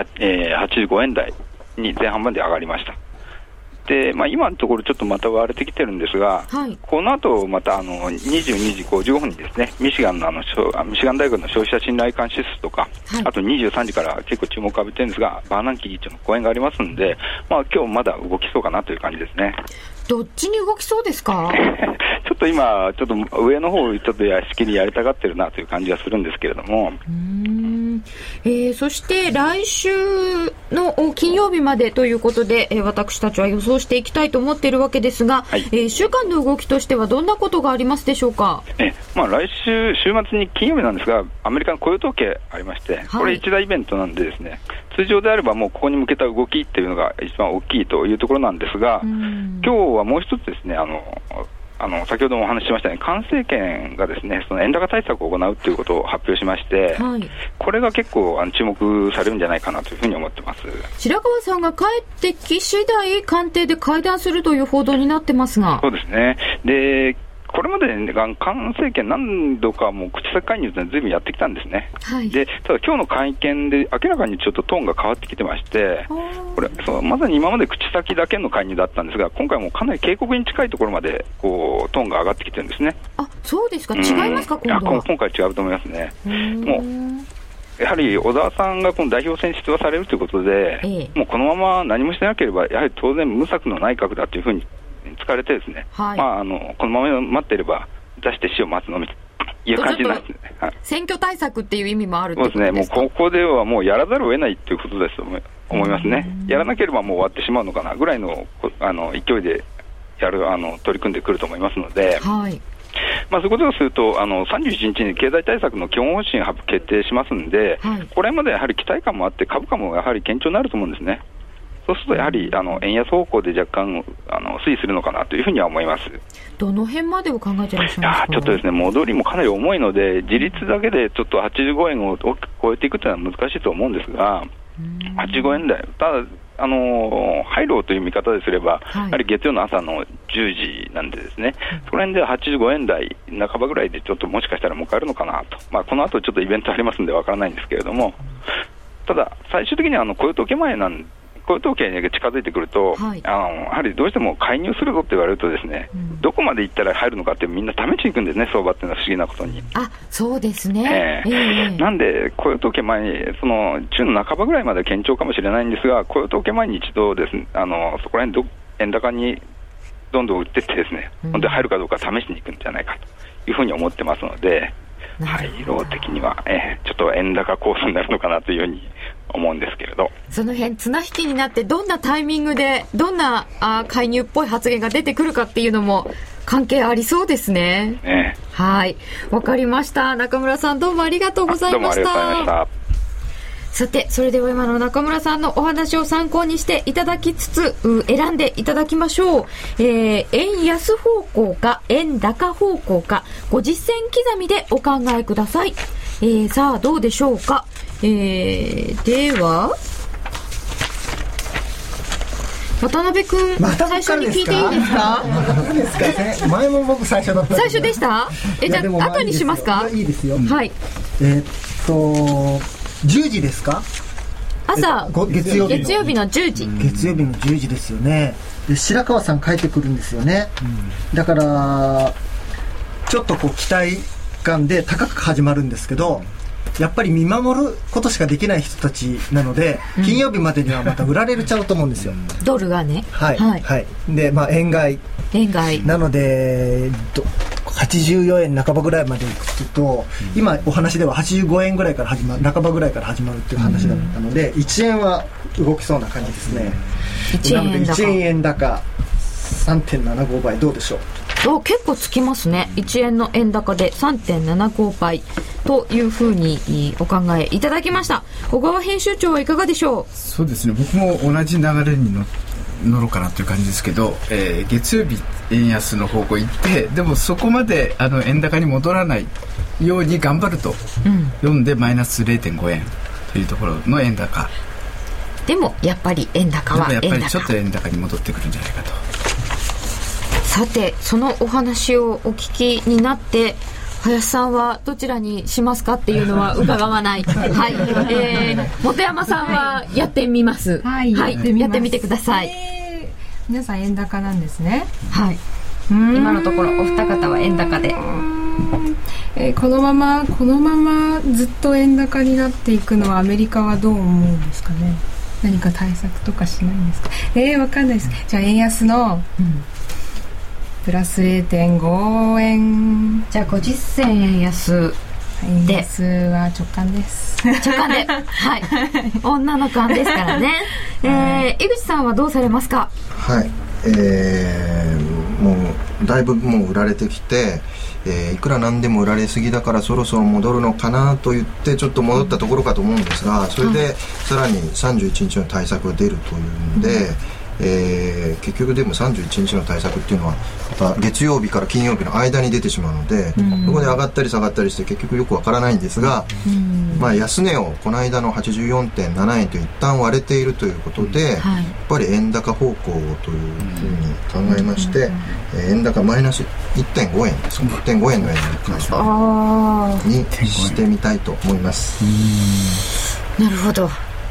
85円台に前半まで上がりました。で、今のところちょっとまた割れてきてるんですが、はい、この後また22時55分にですね、ミシガン大学の消費者信頼感指数とか、はい、あと23時から結構注目を浴びてるんですが、バーナンキ議長の講演がありますんで、今日まだ動きそうかなという感じですね。 どっちに動きそうですか。 ちょっと今ちょっと上の方ちょっとしきりやりたがってるなという感じがするんですけれども、 そして来週の金曜日までということで、私たちは予想していきたいと思っているわけですが、はい、週間の動きとしてはどんなことがありますでしょうか。 来週週末に金曜日なんですが、アメリカの雇用統計ありまして、はい、これ一大イベントなんでですね、通常であればもうここに向けた動きっていうのが一番大きいというところなんですが、今日はもう一つですね、先ほどもお話ししましたように、菅政権がですね、その円高対策を行うということを発表しまして、はい、これが結構注目されるんじゃないかなというふうに思ってます。 白川さんが帰ってき次第官邸で会談するという報道になってますが。 そうですね。で、これまで、ね、菅政権何度かもう口先介入でずいぶんやってきたんですね、はい、でただ今日の会見で明らかにちょっとトーンが変わってきてまして、これまさに今まで口先だけの介入だったんですが、今回もかなり警告に近いところまでこうトーンが上がってきてるんですね。 あ、そうですか。違いますか。今回違うと思いますね。もうやはり小沢さんがこの代表選出馬されるということで、もうこのまま何もしなければやはり当然無策の内閣だというふうに疲れてですね、はい、このまま待っていれば出して死を待つのみという感じなんですね。はい、選挙対策っていう意味もあるってことですか。そうですね。もうここではもうやらざるを得ないということですと思いますね。やらなければもう終わってしまうのかなぐらいの勢いで取り組んでくると思いますので、はい、そういうことをすると31日に経済対策の基本方針が決定しますので、はい、これまでやはり期待感もあって株価もやはり堅調になると思うんですね。そうするとやはり円安方向で若干推移するのかなというふうには思います。 どの辺までを考えていらっしゃいますか。 ちょっとですね、戻りもかなり重いので、自立だけでちょっと85円を超えていくというのは難しいと思うんですが、85円台、ただハイローという見方ですれば、はい、やはり月曜の朝の10時なんでですね、その辺で85円台半ばぐらいでちょっともしかしたら迎えるのかなと、この後ちょっとイベントありますんでわからないんですけれども、ただ最終的には雇用統計前なん雇用統計が近づいてくると、はい、やはりどうしても介入するぞって言われるとですね、どこまで行ったら入るのかってみんな試しに行くんですね、相場っていうのは不思議なことに。 そうですね。 なんで雇用統計前にその中の半ばぐらいまで堅調かもしれないんですが、雇用統計前に一度ですね、そこら辺円高にどんどん売っていってですね、本当に入るかどうか試しに行くんじゃないかというふうに思ってますので、配慮的には、ちょっと円高コースになるのかなというふうに思うんですけれど、 その辺綱引きになってどんなタイミングでどんな介入っぽい発言が出てくるかっていうのも関係ありそうですね。はい、わかりました。中村さんどうもありがとうございました。どうもありがとうございました。さて、それでは今の中村さんのお話を参考にしていただきつつ選んでいただきましょう。円安方向か円高方向か50銭刻みでお考えください。さあどうでしょうか。では渡辺君、最初に聞いていいですか？ 前も僕最初だった。 最初でした？じゃあ後にしますか？ いいですよ。 はい。 10時ですか？ 朝月曜日の10時。 月曜日の10時ですよね。で白川さん帰ってくるんですよね。だからちょっとこう期待感で高く始まるんですけど、やっぱり見守ることしかできない人たちなので、金曜日までにはまた売られちゃうと思うんですよ。 ドルがね。 はいはい。で円買いなので84円半ばぐらいまでいくと、今お話では85円ぐらいから始まる、半ばぐらいから始まるっていう話だったので、1円は動きそうな感じですね。1円高 3.75 倍どうでしょう？ 結構つきますね。1円の円高で 3.75 倍というふうにお考えいただきました。小川編集長はいかがでしょう？ そうですね、僕も同じ流れに乗ろうかなという感じですけど、月曜日円安の方向行って、でもそこまで円高に戻らないように頑張ると、読んでマイナス 0.5 円というところの円高でもやっぱり円高は円高、 やっぱりちょっと円高に戻ってくるんじゃないかと。 さて、そのお話をお聞きになって林さんはどちらにしますかっていうのは伺わない。はい、本山さんはやってみます。はい、やってみてください。 皆さん円高なんですね。 はい。今のところお二方は円高で、 このままずっと円高になっていくのはアメリカはどう思うんですかね。何か対策とかしないんですか？わかんないです。じゃあ円安の、プラス 0.5 円。 じゃあ50銭円安で。 円安は直感です。 直感で。はい。女の勘ですからね。井口さんはどうされますか？ はい。もうだいぶもう売られてきて、いくらなんでも売られすぎだからそろそろ戻るのかなと言ってちょっと戻ったところかと思うんですが、それでさらに31日の対策が出るというんで、結局でも31日の対策っていうのはまた月曜日から金曜日の間に出てしまうので、そこで上がったり下がったりして結局よくわからないんですが、安値をこの間の 84.7 円と一旦割れているということで、やっぱり円高方向というふうに考えまして、円高マイナス 1.5 円ですか、1.5 円の円にしてみたいと思います。 なるほど。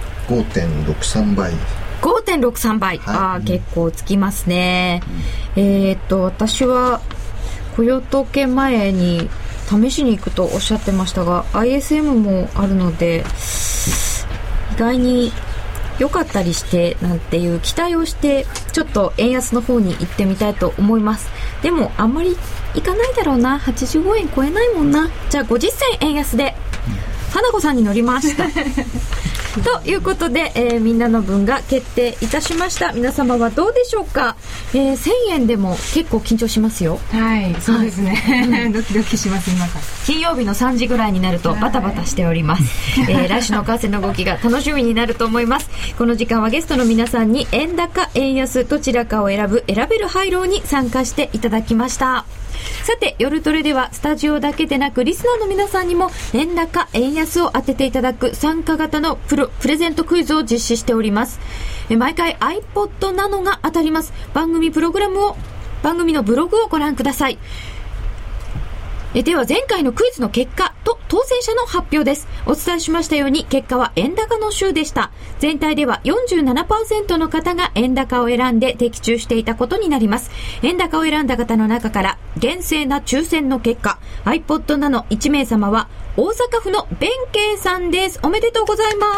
5.63 倍。 5.63 倍、結構つきますね。私は雇用統計前に試しに行くとおっしゃってましたが ISM もあるので意外に良かったりしてなんていう期待をしてちょっと円安の方に行ってみたいと思います。でもあんまりいかないだろうな、85円超えないもんな。じゃあ50銭円安で花子さんに乗りましたということで、みんなの分が決定いたしました。皆様はどうでしょうか。1000円でも結構緊張しますよ。 はい、そうですね、ドキドキします。今から金曜日の3時ぐらいになるとバタバタしております。来週の為替の動きが楽しみになると思います。この時間はゲストの皆さんに円高円安どちらかを選べるハイローに参加していただきました。さて、夜トレではスタジオだけでなくリスナーの皆さんにも円高円安を当てていただく参加型のプレゼントクイズを実施しております。毎回 iPod ナノが当たります。番組のブログをご覧ください。 では前回のクイズの結果と当選者の発表です。お伝えしましたように結果は円高の週でした。全体では 47% の方が円高を選んで的中していたことになります。円高を選んだ方の中から厳正な抽選の結果 iPod Nano 1名様は大阪府の弁慶さんです。おめでとうございます。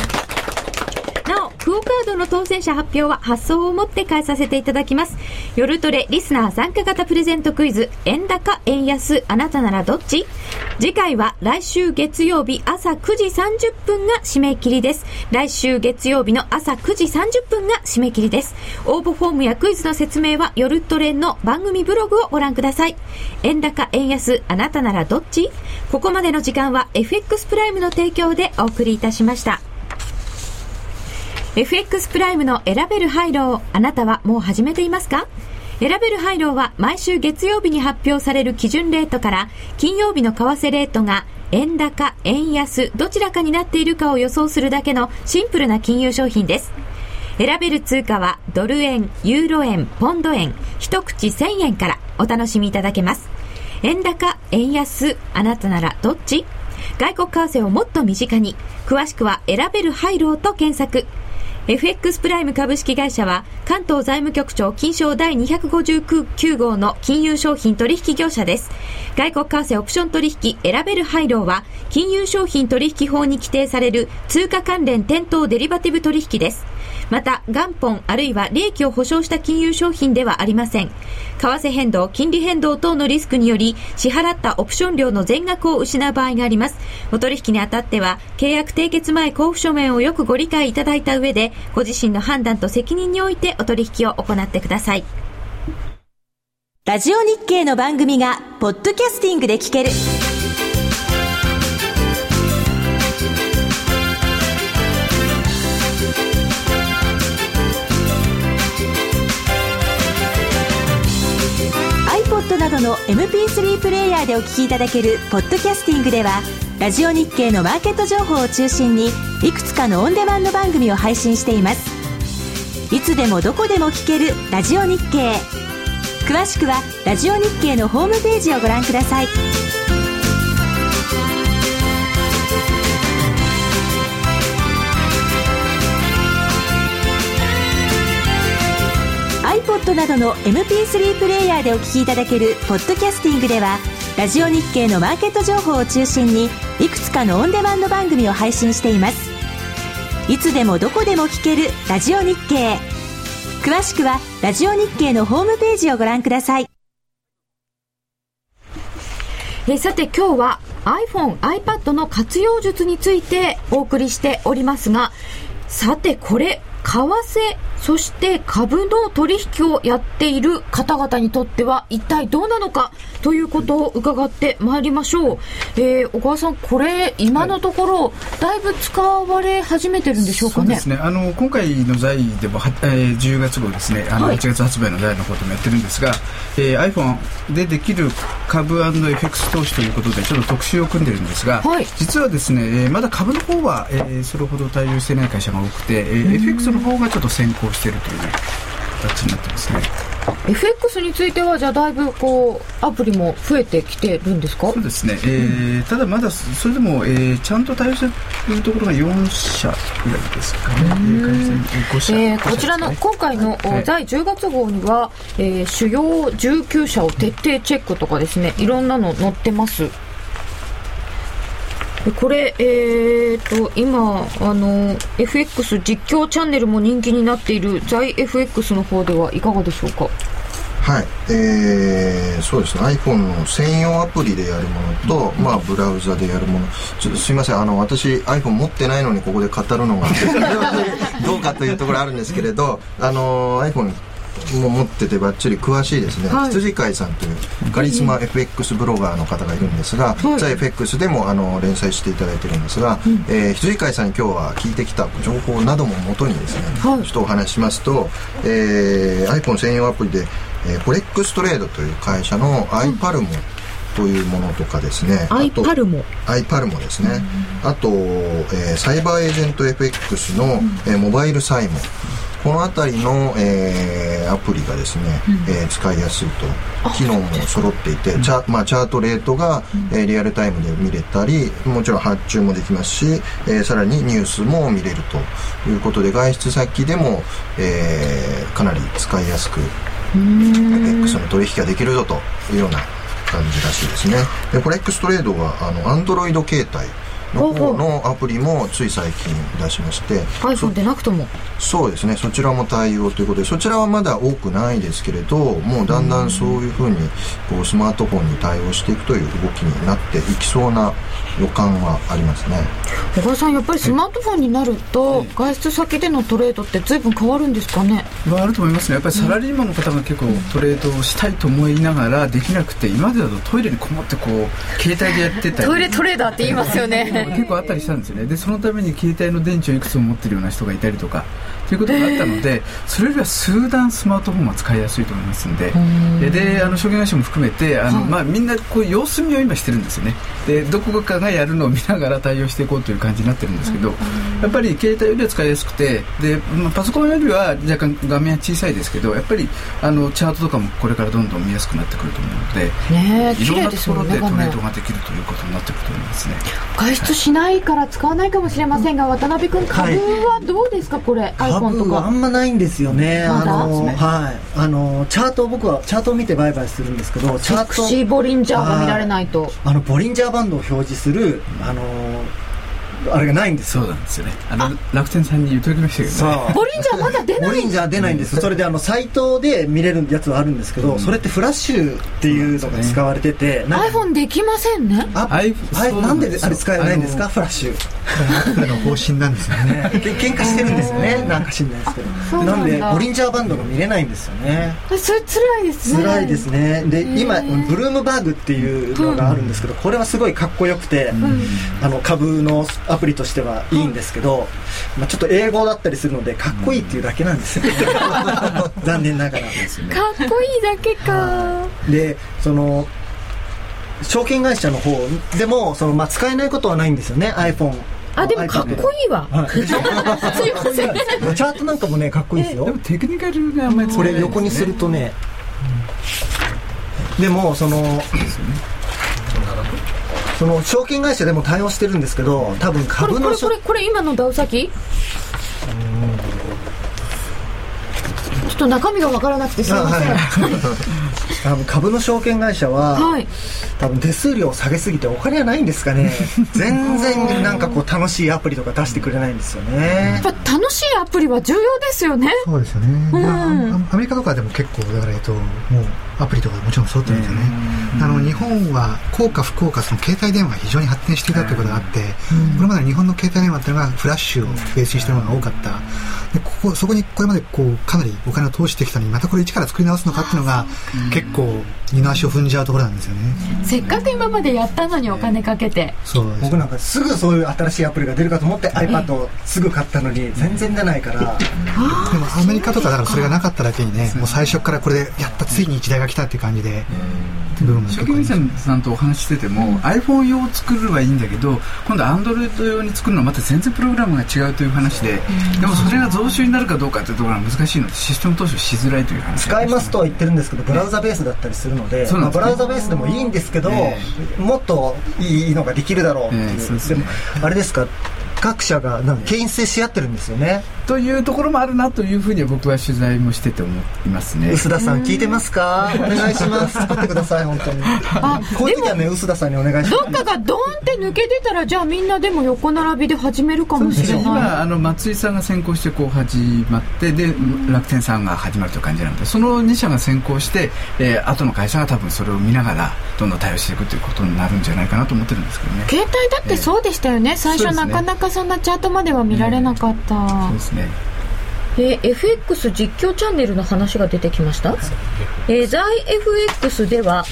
なお、クオカードの当選者発表は発送をもって返させていただきます。夜トレリスナー参加型プレゼントクイズ、円高円安あなたならどっち？次回は来週月曜日朝9時30分が締め切りです。来週月曜日の朝9時30分が締め切りです。応募フォームやクイズの説明は夜トレの番組ブログをご覧ください。円高円安あなたならどっち？ここまでの時間は FX プライムの提供でお送りいたしました。FX プライムの選べるハイロー、あなたはもう始めていますか？選べるハイローは毎週月曜日に発表される基準レートから金曜日の為替レートが円高円安どちらかになっているかを予想するだけのシンプルな金融商品です。選べる通貨はドル円、ユーロ円、ポンド円、一口1000円からお楽しみいただけます。円高円安あなたならどっち？外国為替をもっと身近に、詳しくは選べるハイローと検索。FX プライム株式会社は関東財務局長金商第259号の金融商品取引業者です。外国為替オプション取引選べるハイローは金融商品取引法に規定される通貨関連店頭デリバティブ取引です。また元本あるいは利益を保証した金融商品ではありません。為替変動、金利変動等のリスクにより支払ったオプション料の全額を失う場合があります。お取引にあたっては契約締結前交付書面をよくご理解いただいた上でご自身の判断と責任においてお取引を行ってください。 ラジオ日経の番組がポッドキャスティングで聞ける。iPod などの MP3 プレイヤーでお聞きいただけるポッドキャスティングではラジオ日経のマーケット情報を中心にいくつかのオンデマンド番組を配信しています。いつでもどこでも聞けるラジオ日経。詳しくはラジオ日経のホームページをご覧ください。iPod などの MP3 プレイヤーでお聞きいただけるポッドキャスティングではラジオ日経のマーケット情報を中心にいくつかのオンデマンド番組を配信しています。いつでもどこでも聞けるラジオ日経。詳しくはラジオ日経のホームページをご覧ください。 さて今日は iPhone、iPad の活用術についてお送りしておりますが、さてこれ為替そして株の取引をやっている方々にとっては一体どうなのかということを伺ってまいりましょう。小川さん、これ今のところだいぶ使われ始めてるんでしょうかね。 そうですね、今回の財でも、10月号ですね、8月発売の財のこともやってるんですが、iPhone でできる株&FX 投資ということでちょっと特集を組んでるんですが、実はですね、まだ株の方は、それほど対応してない会社が多くて、FX の方がちょっと先行しているという形になってますね。 FX についてはじゃあだいぶこうアプリも増えてきてるんですか？ そうですね、ただまだそれでも、ちゃんと対応しているところが4社ぐらいですかね。 こちらの今回の第10月号には、主要19社を徹底チェックとかですね、いろんなの載ってます。これ、今FX 実況チャンネルも人気になっている在 FX の方ではいかがでしょうか？ はい、そうですね、 iPhone の専用アプリでやるものと、ブラウザでやるもの、ちょっとすいません、私 iPhone 持ってないのにここで語るのがどうかというところあるんですけれど、iPhoneも持っててバッチリ詳しいですね、羊飼いさんというカリスマ FX ブロガーの方がいるんですが、ザ FX でも連載していただいてるんですが、羊飼いさんに今日は聞いてきた情報などももとにですね、ちょっとお話ししますと、iPhone 専用アプリで、フォレックストレードという会社の iPalmo というものとかですね、 iPalmo ですね、あと、サイバーエージェント FX の、モバイルサイモこのあたりの、アプリがですね、使いやすいと、機能も揃っていて、チャートレートが、リアルタイムで見れたり、もちろん発注もできますし、さらにニュースも見れるということで、外出先でも、かなり使いやすく FX の取引ができるぞというような感じらしいですね。でフォレックストレードはAndroid 携帯の方のアプリもつい最近出しまして、 iPhone でなくともそうですね、そちらも対応ということで、そちらはまだ多くないですけれど、もうだんだんそういうふうにこうスマートフォンに対応していくという動きになっていきそうな予感はありますね。 小川さん、やっぱりスマートフォンになると外出先でのトレードって随分変わるんですかね。 あると思いますね。やっぱりサラリーマンの方が結構トレードをしたいと思いながらできなくて、今までだとトイレにこもってこう携帯でやってたりトイレトレーダーって言いますよね結構あったりしたんですよね。でそのために携帯の電池をいくつも持ってるような人がいたりとかということがあったので、それよりは数段スマートフォンは使いやすいと思いますので、で証券会社も含めてみんなこう様子見を今してるんですよね。でどこかがやるのを見ながら対応していこうという感じになってるんですけど、やっぱり携帯よりは使いやすくて、で、パソコンよりは若干画面は小さいですけど、やっぱりチャートとかもこれからどんどん見やすくなってくると思うので、いろんなところでトレードができるということになってくると思いますね。 外出しないから使わないかもしれませんが、渡辺君、株はどうですか、これ iPhone とか。 株はあんまないんですよね。 まだチャート、僕はチャートを見て売買するんですけど、チャートセクシーボリンジャーが見られないと、 ボリンジャーバンドを表示するあれがないんですよ。 そうなんですよね。楽天さんに言っときましたけどね。 ボリンジャーまだ出ない。 ボリンジャー出ないんです。それでサイトで見れるやつはあるんですけど、それってフラッシュっていうのが使われてて、 iPhone できませんね。 なんであれ使えないんですか、フラッシュ。 アップルの方針なんですよね。 喧嘩してるんですよね。なんか知んないですけど。なんでボリンジャーバンドが見れないんですよね。 それ辛いですね。 辛いですね。で今ブルームバーグっていうのがあるんですけど、これはすごいかっこよくて、株のアプリとしてはいいんですけど、ちょっと英語だったりするのでかっこいいっていうだけなんですよ、残念ながら。かっこいいだけか。 で証券会社の方でも使えないことはないんですよね、 iPhone。 でもかっこいいわ、すいません。 チャートなんかもねかっこいいですよ。 でもテクニカルがあんまりこれ横にするとね、でも証券会社でも対応してるんですけど、多分株のこれ今のダウ先、ちょっと中身が分からなくてすいません。 多分株の証券会社は、多分手数料を下げすぎてお金はないんですかね。全然なんか楽しいアプリとか出してくれないんですよね。 やっぱ楽しいアプリは重要ですよね。 そうですよね。アメリカとかでも結構だからもうアプリとかもちろん揃ってるんですよね。日本は幸か不幸か携帯電話が非常に発展していたということがあって、これまで日本の携帯電話っていうのがフラッシュをベースにしているものが多かった。でそこにこれまでかなりお金を通してきたのに、またこれ一から作り直すのかっていうのが結構二の足を踏んじゃうところなんですよね。 せっかく今までやったのにお金かけて、 僕なんかすぐそういう新しいアプリが出るかと思って iPad をすぐ買ったのに全然出ないから。 でもアメリカとかだからそれがなかっただけにね、もう最初からこれでやった、ついに一台が来たっていう感じで。 証券会社さんとお話ししてても、iPhone 用を作るはいいんだけど、今度 Android 用に作るのはまた全然プログラムが違うという話で、でもそれが増収になるかどうかというところが難しいので、システム投資しづらいという話。 使いますとは言ってるんですけど、ブラウザベースだったりするので、ブラウザベースでもいいんですけど、もっといいのができるだろうっていう。でもあれですか、各社が牽引制し合ってるんですよね。 というところもあるなというふうには僕は取材もしてて思いますね。 臼田さん聞いてますか？お願いします。作ってください本当に。こういう時はね、臼田さんにお願いします。 どっかがドーンって抜け出たら、じゃあみんなでも横並びで始めるかもしれない。 今松井さんが先行して始まって、で楽天さんが始まるという感じなので、その2社が先行して、後の会社が多分それを見ながらどんどん対応していくということになるんじゃないかなと思ってるんですけどね。 携帯だってそうでしたよね。最初なかなかそんなチャートまでは見られなかった。 そうですね。 FX 実況チャンネルの話が出てきました。在 FX では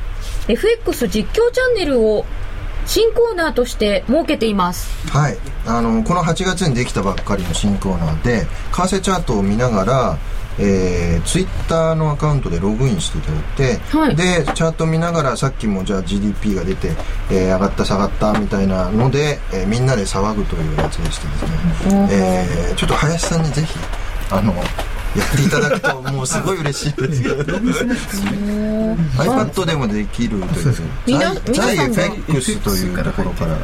FX 実況チャンネルを新コーナーとして設けています。 はい、この8月にできたばっかりの新コーナーで、為替チャートを見ながらツイッターのアカウントでログインしていただいて、でチャート見ながら、さっきもじゃあ GDP が出て、上がった下がったみたいなので、みんなで騒ぐというやつでしてですね、ちょっと林さんにぜひやっていただくともうすごい嬉しいですけどiPad でもできるというZyFX というところから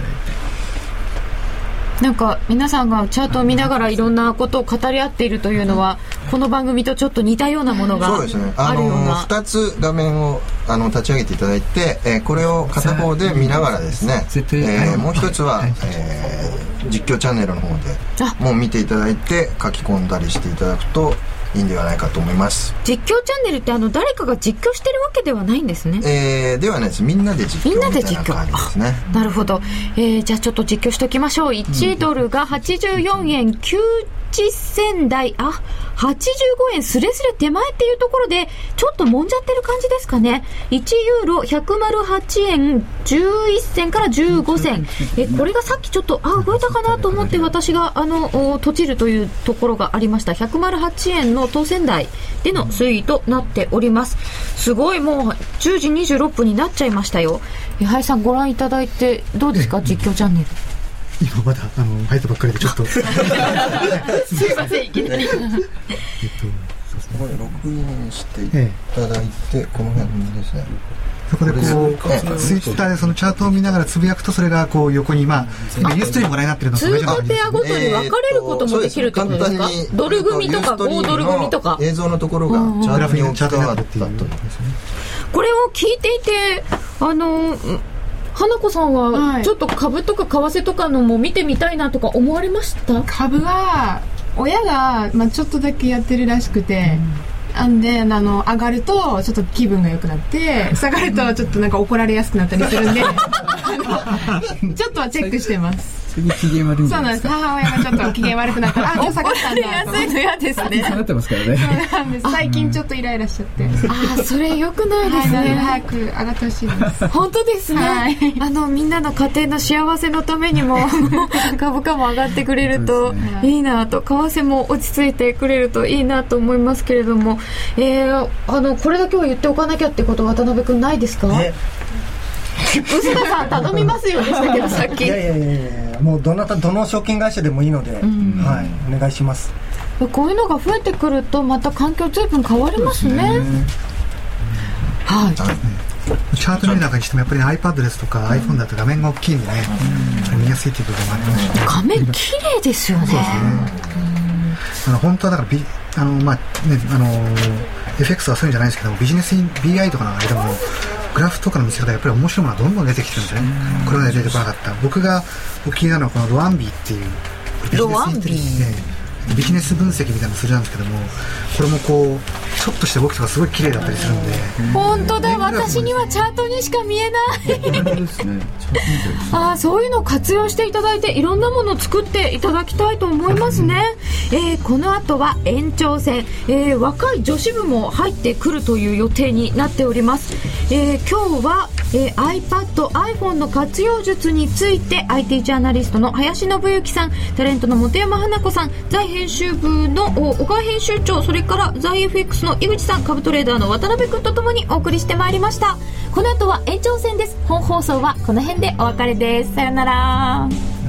なんか皆さんがチャートを見ながらいろんなことを語り合っているというのはこの番組とちょっと似たようなものがあるような。そうですね、 2つ画面を立ち上げていただいて、これを片方で見ながらですね、もう一つは、実況チャンネルの方でもう見ていただいて書き込んだりしていただくといいんではないかと思います。 実況チャンネルって誰かが実況してるわけではないんですね。 ではないです。みんなで実況みたいな感じですね。 なるほど。じゃあちょっと実況しておきましょう。1ドルが84円90銭台、85円スレスレ手前っていうところでちょっともんじゃってる感じですかね。1ユーロ108円11銭から15銭、これがさっきちょっと動いたかなと思って私が閉じるというところがありました。108円の当選台での推移となっております。すごい、もう10時26分になっちゃいましたよ。矢作さんご覧いただいてどうですか、実況チャンネル。 今まだ入ったばっかりでちょっとすいません、いきなりこれログインしていただいて、この辺ですね。 そこでこうツイッターでそのチャートを見ながらつぶやくと、それがこう横に今ユーストリームご覧になってるのと同じような感じです。 通貨ペアごとに分かれることもできるってことですか。ドル組とか5ドル組とか映像のところがチャートに置き換わったということですね。 これを聞いていて花子さんはちょっと株とか為替とかのも見てみたいなとか思われました？ 株は親が、ちょっとだけやってるらしくて、で上がるとちょっと気分が良くなって下がるとちょっとなんか怒られやすくなったりするんでちょっとはチェックしてます。 機嫌悪いんじゃないですか。 そうなんです。母親がちょっと機嫌悪くなったら今日下がったんだと。 安いの嫌ですね。 下がってますからね。 そうなんです。最近ちょっとイライラしちゃって。 それ良くないですね。 早く上がってほしいです。 本当ですね。みんなの家庭の幸せのためにも株価も上がってくれるといいなと、為替も落ち着いてくれるといいなと思いますけれども、これだけは言っておかなきゃってこと渡辺君ないですか？臼田さん頼みますよでしたけどさっき。 いやもうどの証券会社でもいいので、お願いします。 こういうのが増えてくるとまた環境随分変わりますね。 チャート見る中にしてもやっぱり、iPad ですとか iPhone だと画面が大きいんでね、見やすいっていう部分もありますし、 画面綺麗ですよね。そうですね。本当はだからFX はそういうんじゃないですけども、ビジネス BI とかの間もグラフとかの見せ方やっぱり面白いものがどんどん出てきてるんですよね。これまで出てこなかった。僕がお気になるのはこのロアンビーっていうビジネス分析みたいなのするんですけども、これもこうちょっとした動きとかすごい綺麗だったりするんで。 本当だ、私にはチャートにしか見えないそういうのを活用していただいていろんなものを作っていただきたいと思いますね。この後は延長戦、若い女子部も入ってくるという予定になっております。今日は、iPad、iPhone の活用術について IT ジャーナリストの林信之さん、タレントの本山花子さん、在編集部の小川編集長、それから在 FX の井口さん、株トレーダーの渡辺君とともにお送りしてまいりました。この後は延長戦です。本放送はこの辺でお別れです。さよなら。